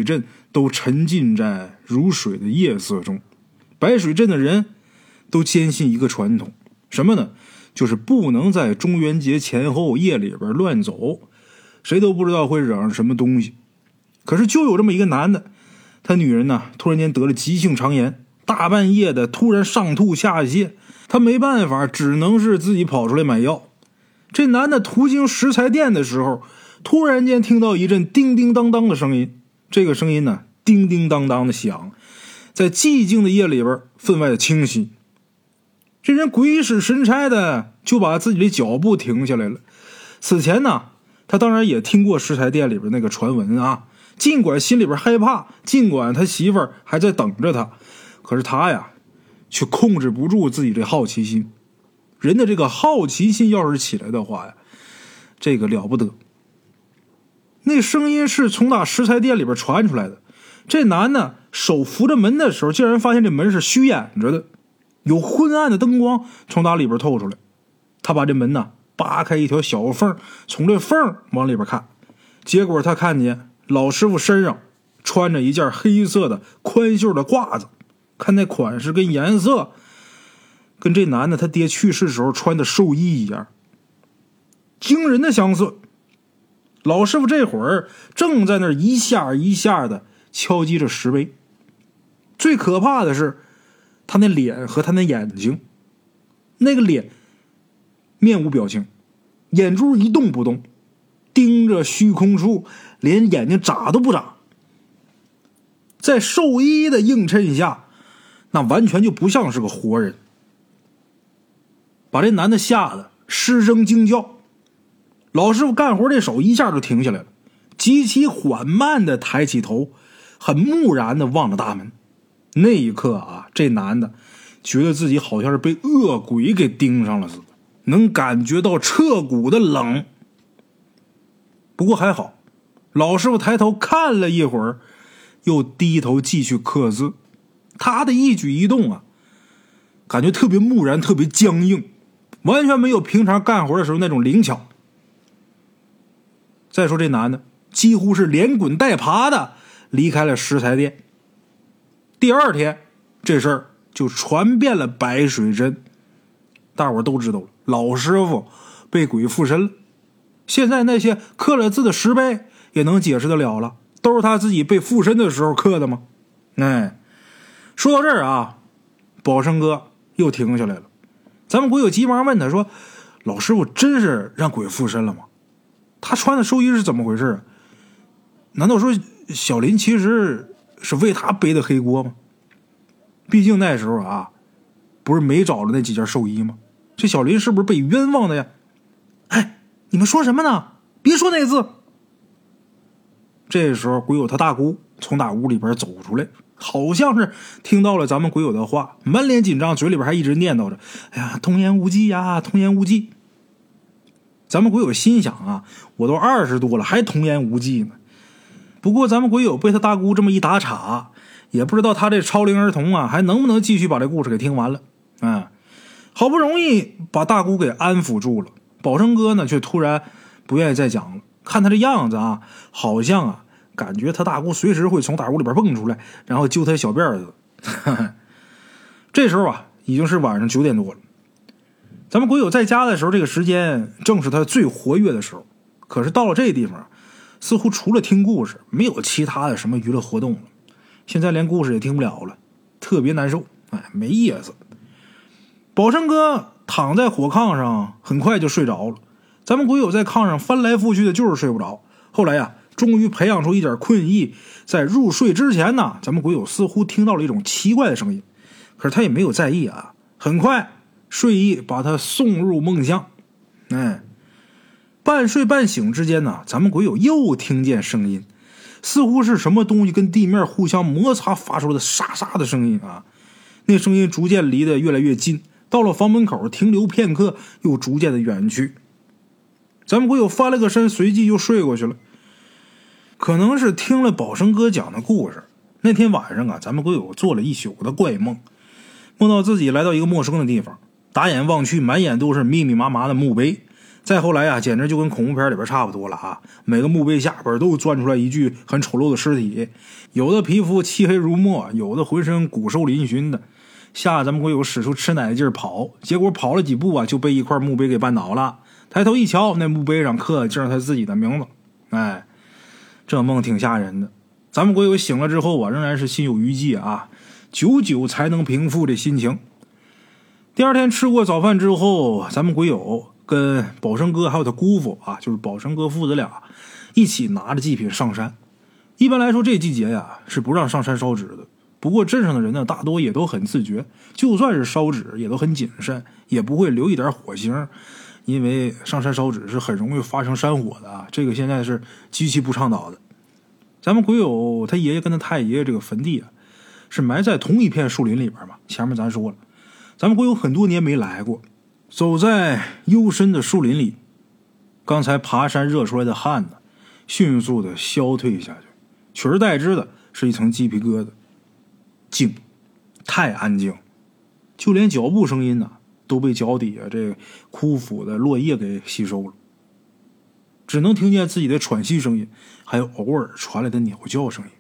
都沉浸在如水的夜色中。白水镇的人都坚信一个传统，什么呢？就是不能在中元节前后夜里边乱走，谁都不知道会惹上什么东西。可是就有这么一个男的，他女人呢突然间得了急性肠炎，大半夜的突然上吐下泻，他没办法，只能是自己跑出来买药。这男的途经食材店的时候，突然间听到一阵叮叮当当的声音，这个声音呢叮叮当当的响，在寂静的夜里边分外的清晰。这人鬼使神差的就把自己的脚步停下来了。此前呢，他当然也听过食材店里边那个传闻啊，尽管心里边害怕，尽管他媳妇儿还在等着他，可是他呀却控制不住自己这好奇心。人的这个好奇心要是起来的话呀，这个了不得。那声音是从那食材店里边传出来的。这男的手扶着门的时候，竟然发现这门是虚掩着的，有昏暗的灯光从那里边透出来。他把这门呢扒开一条小缝，从这缝往里边看，结果他看见老师傅身上穿着一件黑色的宽袖的褂子，看那款式跟颜色跟这男的他爹去世时候穿的寿衣一样，惊人的相似。老师傅这会儿正在那儿一下一下的敲击着石碑。最可怕的是他那脸和他那眼睛，那个脸面无表情，眼珠一动不动，盯着虚空处，连眼睛眨都不眨。在寿衣的映衬下，那完全就不像是个活人，把这男的吓得失声惊叫。老师傅干活这手一下就停下来了，极其缓慢的抬起头，很木然的望着大门。那一刻啊，这男的觉得自己好像是被恶鬼给盯上了似的，能感觉到彻骨的冷。不过还好，老师傅抬头看了一会儿，又低头继续刻字。他的一举一动啊，感觉特别木然，特别僵硬，完全没有平常干活的时候那种灵巧。再说这男的几乎是连滚带爬的离开了食材店。第二天这事儿就传遍了白水镇，大伙都知道了，老师傅被鬼附身了。现在那些刻了字的石碑也能解释得了了，都是他自己被附身的时候刻的吗？哎，说到这儿啊，宝生哥又停下来了。咱们鬼友急忙问他说，老师傅真是让鬼附身了吗？他穿的寿衣是怎么回事？难道说小林其实是为他背的黑锅吗？毕竟那时候啊，不是没找着那几件寿衣吗？这小林是不是被冤枉的呀？哎，你们说什么呢？别说那个字。这时候鬼友他大姑从大屋里边走出来，好像是听到了咱们鬼友的话，满脸紧张，嘴里边还一直念叨着，哎呀，童言无忌呀，童言无忌。咱们鬼友心想啊，我都二十多了还童言无忌呢。不过咱们鬼友被他大姑这么一打岔，也不知道他这超龄儿童啊还能不能继续把这故事给听完了。啊，好不容易把大姑给安抚住了，宝生哥呢却突然不愿意再讲了。看他这样子啊，好像啊感觉他大姑随时会从大屋里边蹦出来，然后揪他小辫子。这时候啊已经是晚上九点多了。咱们鬼友在家的时候，这个时间正是他最活跃的时候。可是到了这地方，似乎除了听故事，没有其他的什么娱乐活动了。现在连故事也听不了了，特别难受，哎，没意思。宝生哥躺在火炕上，很快就睡着了。咱们鬼友在炕上翻来覆去的，就是睡不着。后来呀，终于培养出一点困意，在入睡之前呢，咱们鬼友似乎听到了一种奇怪的声音，可是他也没有在意啊。很快睡意把他送入梦乡。哎，半睡半醒之间呢，咱们鬼友又听见声音，似乎是什么东西跟地面互相摩擦发出的沙沙的声音啊。那声音逐渐离得越来越近，到了房门口停留片刻，又逐渐的远去。咱们鬼友翻了个身，随即又睡过去了。可能是听了宝生哥讲的故事，那天晚上啊，咱们鬼友做了一宿的怪梦，梦到自己来到一个陌生的地方，打眼望去，满眼都是密密麻麻的墓碑， 再后来呀、啊，简直就跟恐怖片里边差不多了啊！每个墓碑下边都钻出来一具很丑陋的尸体，有的皮肤漆黑如墨，有的浑身骨瘦嶙峋的，吓咱们鬼友使出吃奶的劲儿跑，结果跑了几步啊，就被一块墓碑给绊倒了。抬头一瞧，那墓碑上刻的竟是他自己的名字。哎，这梦挺吓人的。咱们鬼友醒了之后啊，仍然是心有余悸啊，久久才能平复这心情。第二天吃过早饭之后，咱们鬼友跟宝生哥还有他姑父啊，就是宝生哥父子俩一起拿着祭品上山。一般来说这季节呀是不让上山烧纸的，不过镇上的人呢大多也都很自觉，就算是烧纸也都很谨慎，也不会留一点火星，因为上山烧纸是很容易发生山火的啊，这个现在是极其不倡导的。咱们鬼友他爷爷跟他太爷爷这个坟地啊是埋在同一片树林里边嘛，前面咱说了，咱们鬼友很多年没来过，走在幽深的树林里，刚才爬山热出来的汗呢迅速的消退下去，取而代之的是一层鸡皮疙瘩。静，太安静，就连脚步声音呢、啊、都被脚底下这枯腐的落叶给吸收了，只能听见自己的喘息声音，还有偶尔传来的鸟叫声音。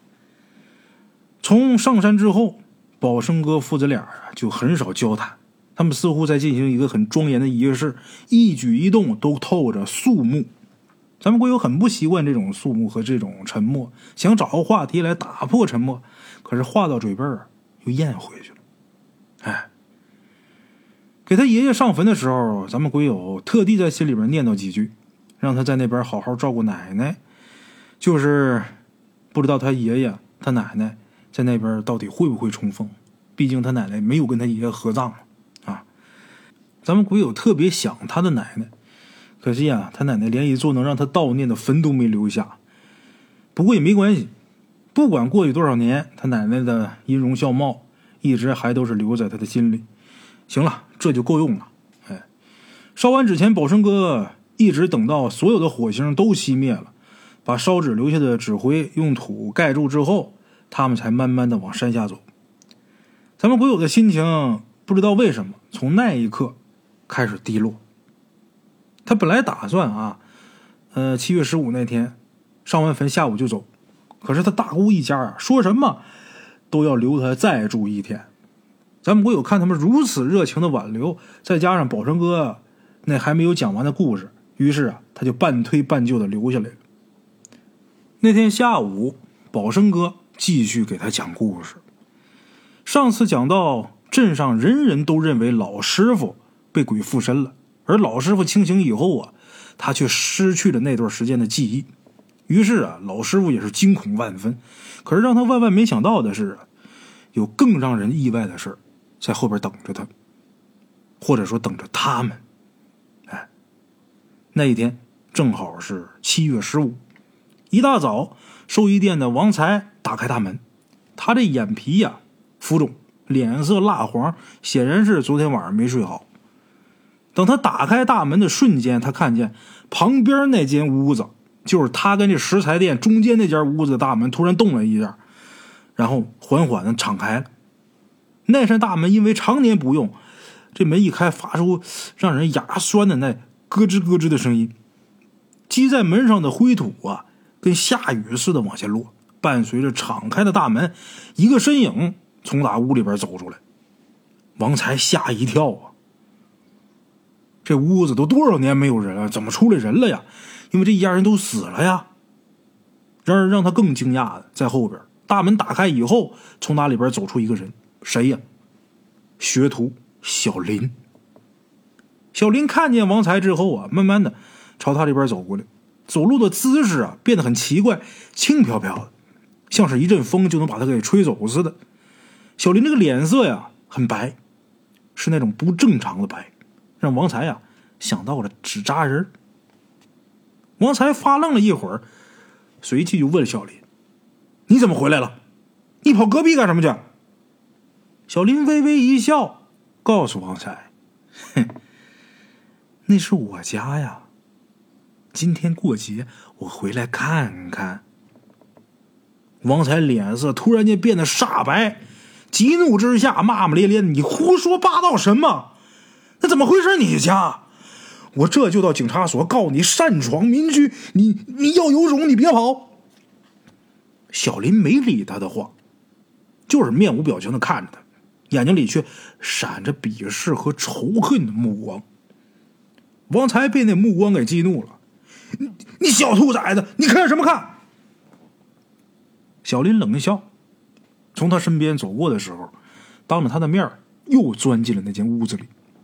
从上山之后，宝生哥父子俩啊就很少交谈，他们似乎在进行一个很庄严的仪式，一举一动都透着肃穆。咱们鬼友很不习惯这种肃穆和这种沉默，想找个话题来打破沉默，可是话到嘴边儿又咽回去了。哎，给他爷爷上坟的时候，咱们鬼友特地在心里边念叨几句，让他在那边好好照顾奶奶，就是不知道他爷爷他奶奶在那边到底会不会重逢，毕竟他奶奶没有跟他爷爷合葬啊。咱们鬼友特别想他的奶奶，可惜啊，他奶奶连一座能让他悼念的坟都没留下。不过也没关系，不管过去多少年，他奶奶的音容笑貌一直还都是留在他的心里。行了，这就够用了。哎，烧完纸钱，宝生哥一直等到所有的火星都熄灭了，把烧纸留下的纸灰用土盖住之后，他们才慢慢的往山下走。咱们鬼友的心情不知道为什么从那一刻开始低落。他本来打算啊，呃，七月十五那天上完坟下午就走，可是他大姑一家啊，说什么都要留他再住一天。咱们鬼友看他们如此热情的挽留，再加上宝生哥那还没有讲完的故事，于是啊，他就半推半就的留下来了。那天下午，宝生哥继续给他讲故事。上次讲到镇上人人都认为老师傅被鬼附身了，而老师傅清醒以后啊，他却失去了那段时间的记忆。于是啊，老师傅也是惊恐万分。可是让他万万没想到的是，有更让人意外的事在后边等着他，或者说等着他们。哎，那一天正好是七月十五，一大早，寿衣店的王才打开大门，他这眼皮呀、啊、浮肿，脸色蜡黄，显然是昨天晚上没睡好。等他打开大门的瞬间，他看见旁边那间屋子，就是他跟这食材店中间那间屋子的大门突然动了一下，然后缓缓的敞开了。那扇大门因为常年不用，这门一开发出让人牙酸的那咯吱咯吱的声音，积在门上的灰土啊跟下雨似的往下落，伴随着敞开的大门，一个身影从打屋里边走出来。王才吓一跳啊，这屋子都多少年没有人了，怎么出来人了呀？因为这一家人都死了呀。然而让他更惊讶的在后边，大门打开以后，从那里边走出一个人，谁呀？学徒小林。小林看见王才之后啊，慢慢的朝他这边走过来，走路的姿势啊变得很奇怪，轻飘飘的，像是一阵风就能把他给吹走似的。小林这个脸色呀很白，是那种不正常的白，让王才呀想到了纸扎人。王才发愣了一会儿，随即就问小林：“你怎么回来了？你跑隔壁干什么去？”小林微微一笑，告诉王才：“哼，那是我家呀，今天过节我回来看看。”王才脸色突然间变得煞白，急怒之下骂骂咧咧：“你胡说八道什么？那怎么回事？你家我这就到警察所告你擅闯民居，你你要有种你别跑。小林没理他的话，就是面无表情的看着他，眼睛里却闪着鄙视和仇恨的目光。王才被那目光给激怒了，你你小兔崽子，你看什么看？小林冷笑，从他身边走过的时候，当着他的面又钻进了那间屋子里。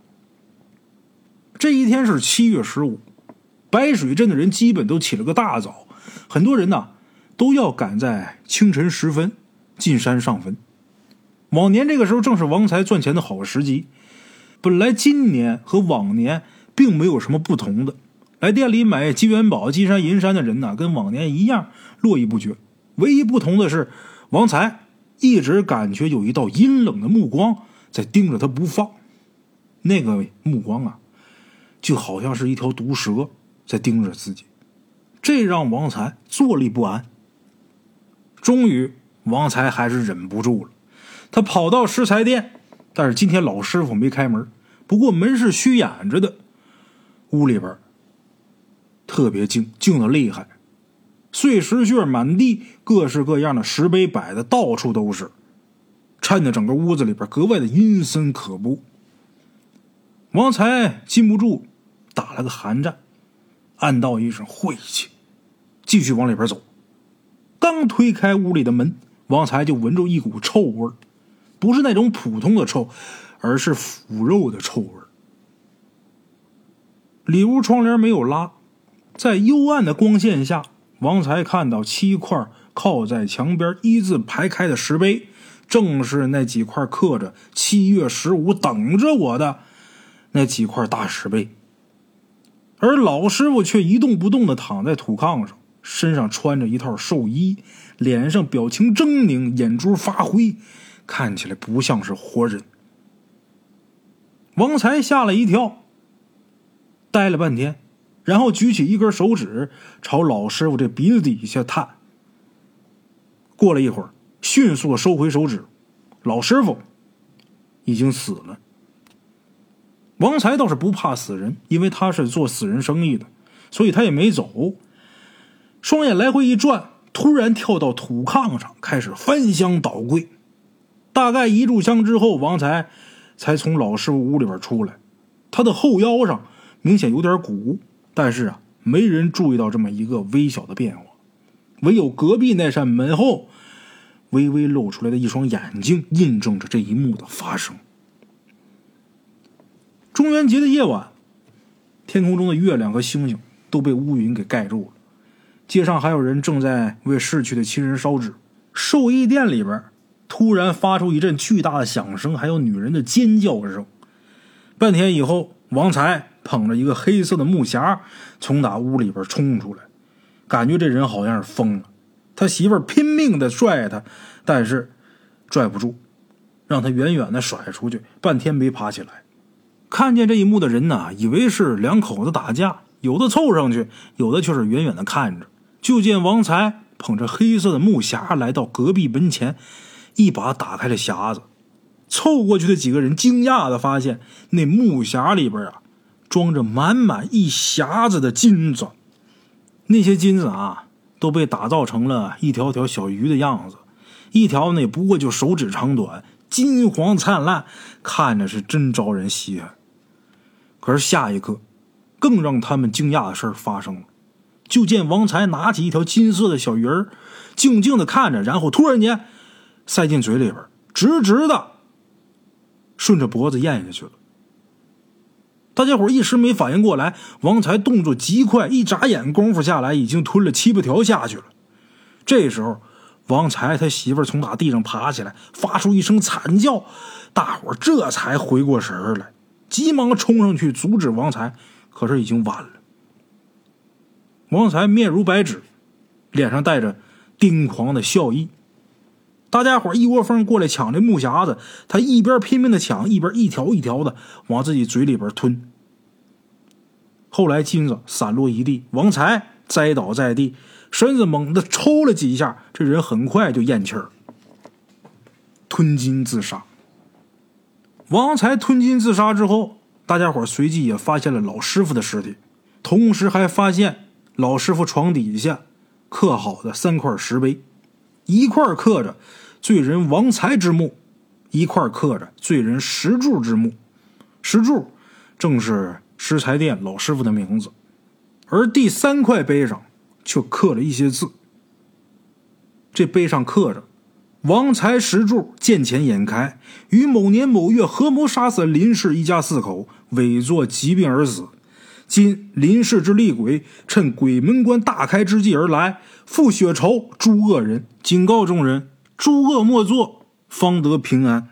这一天是七月十五，白水镇的人基本都起了个大早，很多人呢都要赶在清晨时分进山上坟。往年这个时候正是王才赚钱的好时机，本来今年和往年并没有什么不同的，来店里买金元宝、金山银山的人呢，跟往年一样络绎不绝。唯一不同的是，王才一直感觉有一道阴冷的目光在盯着他不放，那个目光啊，就好像是一条毒蛇在盯着自己，这让王才坐立不安。终于，王才还是忍不住了，他跑到食材店，但是今天老师傅没开门，不过门是虚掩着的。屋里边特别静，静得厉害，碎石屑满地，各式各样的石碑摆的到处都是，衬得整个屋子里边格外的阴森可怖。王才禁不住打了个寒战，暗道一声晦气，继续往里边走。刚推开屋里的门，王才就闻着一股臭味，不是那种普通的臭，而是腐肉的臭味。里屋窗帘没有拉，在幽暗的光线下，王才看到七块靠在墙边一字排开的石碑，正是那几块刻着七月十五等着我的那几块大石碑。而老师傅却一动不动地躺在土炕上，身上穿着一套寿衣，脸上表情狰狞，眼珠发灰，看起来不像是活人。王才吓了一跳，呆了半天，然后举起一根手指朝老师傅这鼻子底下探。过了一会儿，迅速收回手指，老师傅已经死了。王才倒是不怕死人，因为他是做死人生意的，所以他也没走。双眼来回一转，突然跳到土炕上，开始翻箱倒柜。大概一炷香之后，王才才从老师傅屋里边出来。他的后腰上明显有点鼓，但是啊，没人注意到这么一个微小的变化。唯有隔壁那扇门后微微露出来的一双眼睛，印证着这一幕的发生。中元节的夜晚，天空中的月亮和星星都被乌云给盖住了，街上还有人正在为逝去的亲人烧纸。寿衣店里边突然发出一阵巨大的响声，还有女人的尖叫声。半天以后，王才捧着一个黑色的木匣从打屋里边冲出来，感觉这人好像是疯了。他媳妇儿拼命的拽他，但是拽不住，让他远远的甩出去，半天没爬起来。看见这一幕的人呢，以为是两口子打架，有的凑上去，有的却是远远的看着。就见王才捧着黑色的木匣来到隔壁门前，一把打开了匣子。凑过去的几个人惊讶的发现，那木匣里边啊，装着满满一匣子的金子。那些金子啊，都被打造成了一条条小鱼的样子，一条呢不过就手指长短，金黄灿烂，看着是真招人稀罕。可是下一刻，更让他们惊讶的事发生了。就见王才拿起一条金色的小鱼儿，静静的看着，然后突然间塞进嘴里边，直直的顺着脖子咽下去了。大家伙一时没反应过来，王才动作极快，一眨眼功夫下来，已经吞了七八条下去了。这时候，王才他媳妇儿从打地上爬起来，发出一声惨叫，大伙这才回过神来，急忙冲上去阻止王才，可是已经晚了。王才面如白纸，脸上带着癫狂的笑意。大家伙一窝蜂过来抢这木匣子，他一边拼命的抢，一边一条一条的往自己嘴里边吞。后来金子散落一地，王才栽倒在地，身子猛地抽了几下，这人很快就咽气儿，吞金自杀。王才吞金自杀之后， 大家伙随即也发现了老师傅的尸体，同时还发现老师傅床底下刻好的三块石碑，一块刻着罪人王才之墓，一块刻着罪人石柱之墓。石柱正是石材店老师傅的名字，而第三块碑上却刻了一些字。这碑上刻着：王才石柱见钱眼开，于某年某月合谋杀死林氏一家四口，伪作疾病而死。今林氏之厉鬼趁鬼门关大开之际而来，复血仇诸恶人，警告众人诸恶莫作，方得平安。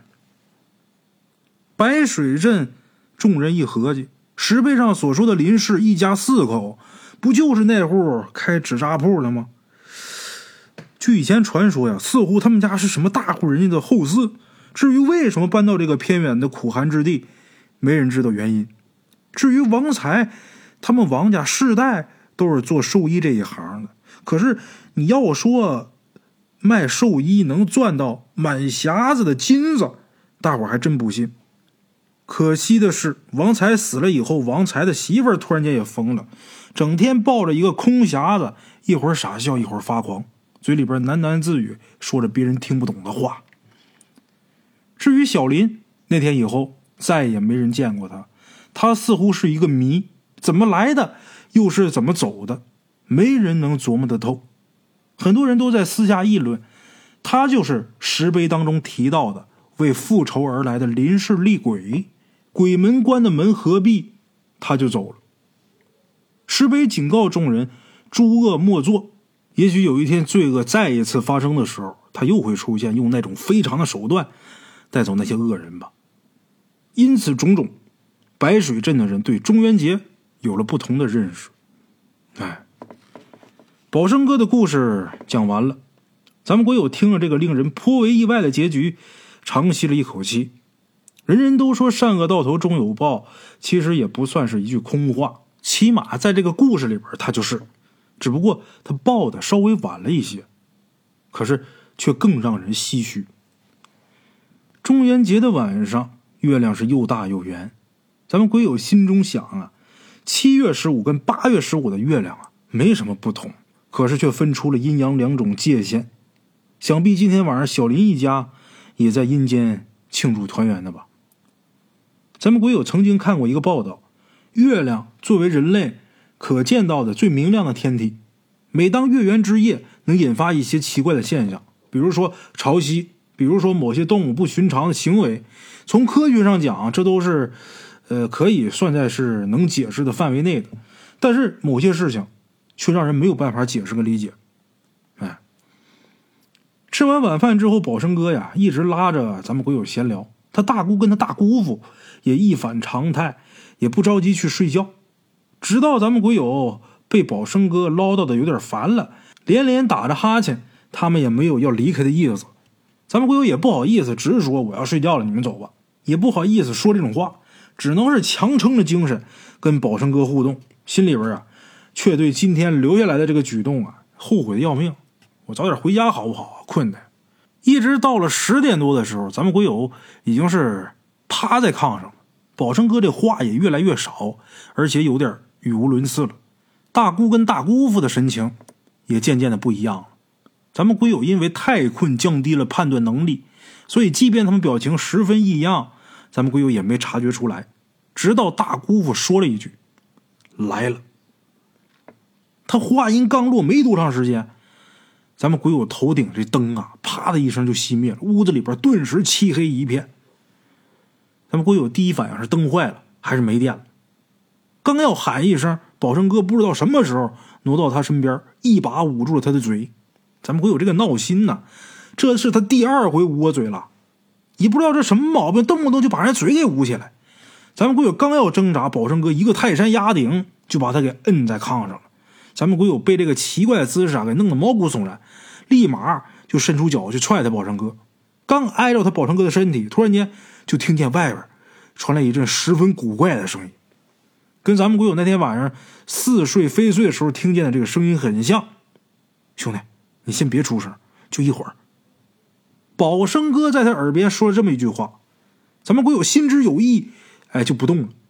白水镇众人一合计，石碑上所说的林氏一家四口，不就是那户开纸扎铺了吗？据以前传说呀，似乎他们家是什么大户人家的后嗣。至于为什么搬到这个偏远的苦寒之地，没人知道原因。至于王才，他们王家世代都是做兽医这一行的，可是你要我说卖兽医能赚到满匣子的金子，大伙还真不信。可惜的是，王才死了以后，王才的媳妇儿突然间也疯了，整天抱着一个空匣子，一会儿傻笑一会儿发狂，嘴里边喃喃自语，说着别人听不懂的话。至于小林，那天以后再也没人见过他，他似乎是一个谜，怎么来的又是怎么走的，没人能琢磨得透。很多人都在私下议论，他就是石碑当中提到的为复仇而来的林氏厉鬼。鬼门关的门合闭，他就走了。石碑警告众人诸恶莫作，也许有一天罪恶再一次发生的时候，他又会出现，用那种非常的手段带走那些恶人吧。因此种种，白水镇的人对中元节有了不同的认识。哎，宝生哥的故事讲完了，咱们鬼友听了这个令人颇为意外的结局，长吸了一口气。人人都说善恶到头终有报，其实也不算是一句空话，起码在这个故事里边他就是，只不过他报的稍微晚了一些，可是却更让人唏嘘。中元节的晚上，月亮是又大又圆，咱们鬼友心中想啊，七月十五跟八月十五的月亮啊没什么不同，可是却分出了阴阳两种界限。想必今天晚上小林一家也在阴间庆祝团圆的吧。咱们鬼友曾经看过一个报道，月亮作为人类可见到的最明亮的天体，每当月圆之夜能引发一些奇怪的现象，比如说潮汐，比如说某些动物不寻常的行为。从科学上讲，这都是呃可以算在是能解释的范围内的，但是某些事情却让人没有办法解释跟理解。哎，吃完晚饭之后，宝生哥呀一直拉着咱们鬼友闲聊，他大姑跟他大姑父也一反常态，也不着急去睡觉。直到咱们鬼友被宝生哥唠叨的有点烦了，连连打着哈欠，他们也没有要离开的意思。咱们鬼友也不好意思直说我要睡觉了，你们走吧，也不好意思说这种话，只能是强撑着精神跟宝生哥互动，心里边啊却对今天留下来的这个举动啊后悔的要命。我早点回家好不好？困的。一直到了十点多的时候，咱们鬼友已经是趴在炕上了，宝生哥这话也越来越少，而且有点语无伦次了。大姑跟大姑父的神情也渐渐的不一样了。咱们鬼友因为太困降低了判断能力，所以即便他们表情十分异样，咱们鬼友也没察觉出来。直到大姑父说了一句来了，他话音刚落没多长时间，咱们鬼友头顶这灯啊啪的一声就熄灭了，屋子里边顿时漆黑一片。咱们鬼友第一反应是灯坏了还是没电了，刚要喊一声，宝生哥不知道什么时候挪到他身边，一把捂住了他的嘴。咱们鬼友这个闹心呐、啊，这是他第二回捂我嘴了，也不知道这什么毛病，动不动就把人嘴给捂起来。咱们鬼友刚要挣扎，宝生哥一个泰山压顶就把他给摁在炕上了。咱们鬼友被这个奇怪的姿势啊给弄得毛骨悚然，立马就伸出脚去踹他宝生哥。刚挨着他宝生哥的身体，突然间就听见外边传来一阵十分古怪的声音，跟咱们鬼友那天晚上似睡非睡的时候听见的这个声音很像。兄弟，你先别出声，就一会儿。宝生哥在他耳边说了这么一句话，咱们鬼友心知有意，哎，就不动了。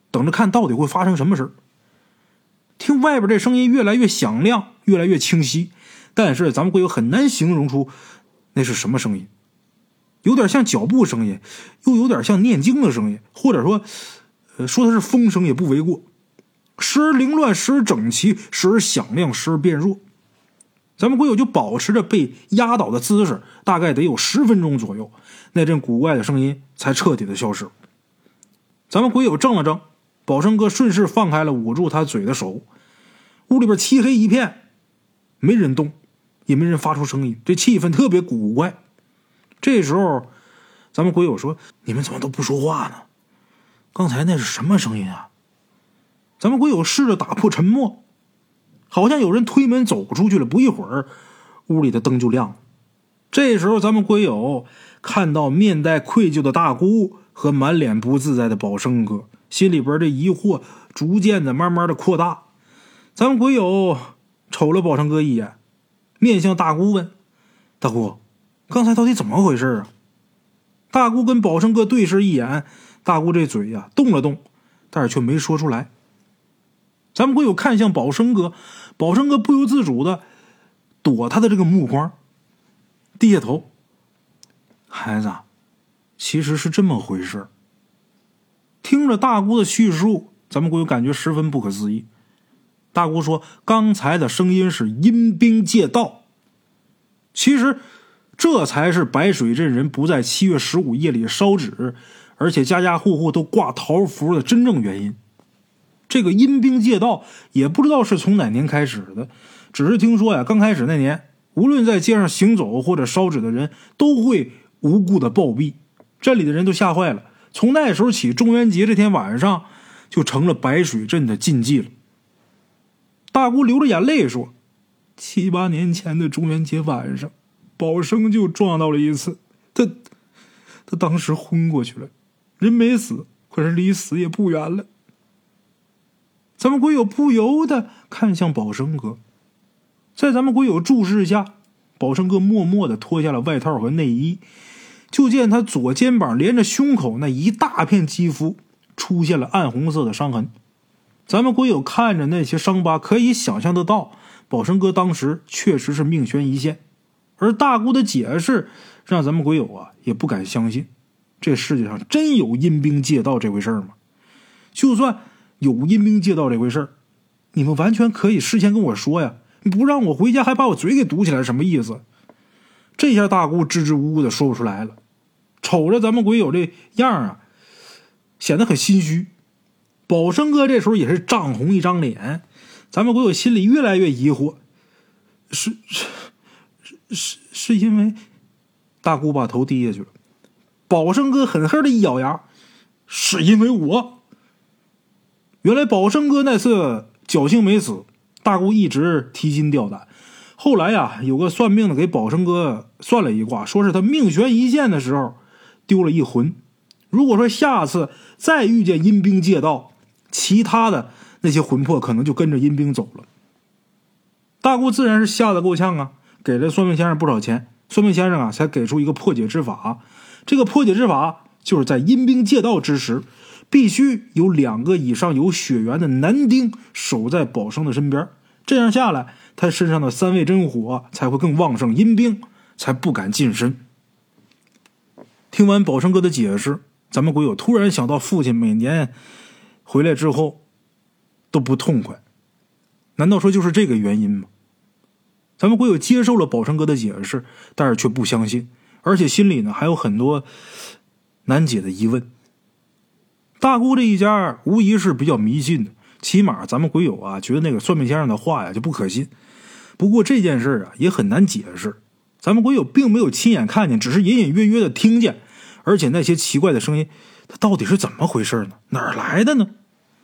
等着看到底会发生什么事儿。听外边这声音越来越响亮，越来越清晰，但是咱们鬼友很难形容出那是什么声音，有点像脚步声音，又有点像念经的声音，或者说呃，说它是风声也不为过，时而凌乱，时而整齐，时而响亮，时而变弱。咱们鬼友就保持着被压倒的姿势，大概得有十分钟左右，那阵古怪的声音才彻底的消失。咱们鬼友怔了怔，宝生哥顺势放开了捂住他嘴的手，屋里边漆黑一片，没人动，也没人发出声音，这气氛特别古怪。这时候咱们鬼友说，你们怎么都不说话呢？刚才那是什么声音啊？咱们鬼友试着打破沉默，好像有人推门走出去了，不一会儿屋里的灯就亮了。这时候咱们鬼友看到面带愧疚的大姑和满脸不自在的宝生哥，心里边的疑惑逐渐的慢慢的扩大。咱们鬼友瞅了宝生哥一眼，面向大姑问，大姑，刚才到底怎么回事啊？大姑跟宝生哥对视一眼，大姑这嘴呀、啊、动了动，但是却没说出来。咱们鬼友看向宝生哥，宝生哥不由自主的躲他的这个目光，低下头，孩子，其实是这么回事。听着大姑的叙述，咱们鬼友感觉十分不可思议。大姑说，刚才的声音是阴兵借道，其实这才是白水镇人不在七月十五夜里烧纸，而且家家户户都挂桃符的真正原因。这个阴兵借道也不知道是从哪年开始的，只是听说呀，刚开始那年，无论在街上行走或者烧纸的人都会无故的暴毙，镇里的人都吓坏了。从那时候起，中元节这天晚上就成了白水镇的禁忌了。大姑流着眼泪说，七八年前的中元节晚上，宝生就撞到了一次，他他当时昏过去了，人没死，可是离死也不远了。咱们鬼友不由得看向宝生哥，在咱们鬼友注视下，宝生哥默默地脱下了外套和内衣，就见他左肩膀连着胸口那一大片肌肤出现了暗红色的伤痕。咱们鬼友看着那些伤疤，可以想象得到宝生哥当时确实是命悬一线。而大姑的解释让咱们鬼友啊也不敢相信，这世界上真有阴兵借道这回事吗？就算有阴兵借道这回事，你们完全可以事先跟我说呀，你不让我回家还把我嘴给堵起来，什么意思？这下大姑支支吾吾的说不出来了，瞅着咱们鬼友这样啊，显得很心虚。宝生哥这时候也是涨红一张脸，咱们鬼友心里越来越疑惑，是是是是因为大姑把头低下去了。宝生哥狠狠的一咬牙，是因为我。原来宝生哥那次侥幸没死，大姑一直提心吊胆。后来呀、啊，有个算命的给宝生哥算了一卦，说是他命悬一线的时候丢了一魂。如果说下次再遇见阴兵借道，其他的那些魂魄可能就跟着阴兵走了。大姑自然是吓得够呛啊，给了算命先生不少钱，算命先生啊才给出一个破解之法。这个破解之法就是在阴兵借道之时，必须有两个以上有血缘的男丁守在宝生的身边，这样下来他身上的三味真火才会更旺盛，阴兵才不敢近身。听完宝生哥的解释，咱们鬼友突然想到父亲每年回来之后都不痛快，难道说就是这个原因吗？咱们鬼友接受了宝生哥的解释，但是却不相信，而且心里呢还有很多难解的疑问。大姑这一家无疑是比较迷信的，起码咱们鬼友啊觉得那个算命先生的话呀就不可信。不过这件事啊也很难解释，咱们鬼友并没有亲眼看见，只是隐隐约约的听见，而且那些奇怪的声音它到底是怎么回事呢？哪儿来的呢？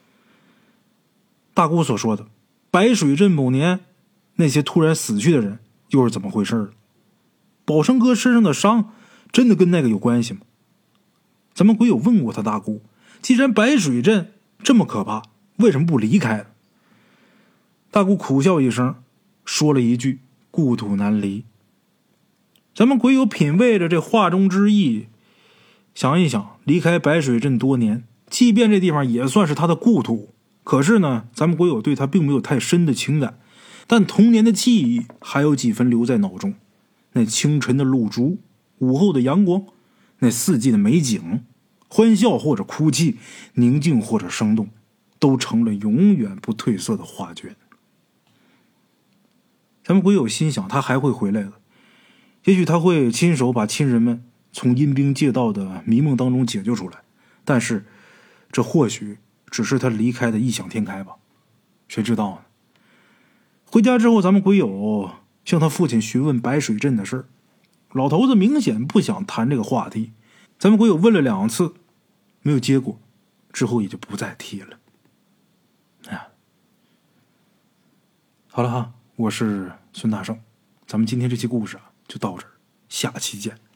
大姑所说的白水镇某年那些突然死去的人又是怎么回事呢？宝生哥身上的伤真的跟那个有关系吗？咱们鬼友问过他大姑，既然白水镇这么可怕，为什么不离开呢？大姑苦笑一声，说了一句故土难离。咱们鬼友品味着这话中之意，想一想，离开白水镇多年， 即便这地方也算是他的故土，可是呢，咱们鬼友对他并没有太深的情感，但童年的记忆还有几分留在脑中。那清晨的露珠，午后的阳光，那四季的美景，欢笑或者哭泣，宁静或者生动，都成了永远不褪色的画卷。咱们鬼友心想，他还会回来的，也许他会亲手把亲人们从阴兵借道的迷梦当中解救出来，但是这或许只是他离开的异想天开吧，谁知道呢？回家之后，咱们鬼友向他父亲询问白水镇的事儿，老头子明显不想谈这个话题，咱们鬼友问了两次没有结果，之后也就不再提了。哎，好了哈，我是孙大圣，咱们今天这期故事啊就到这儿，下期见。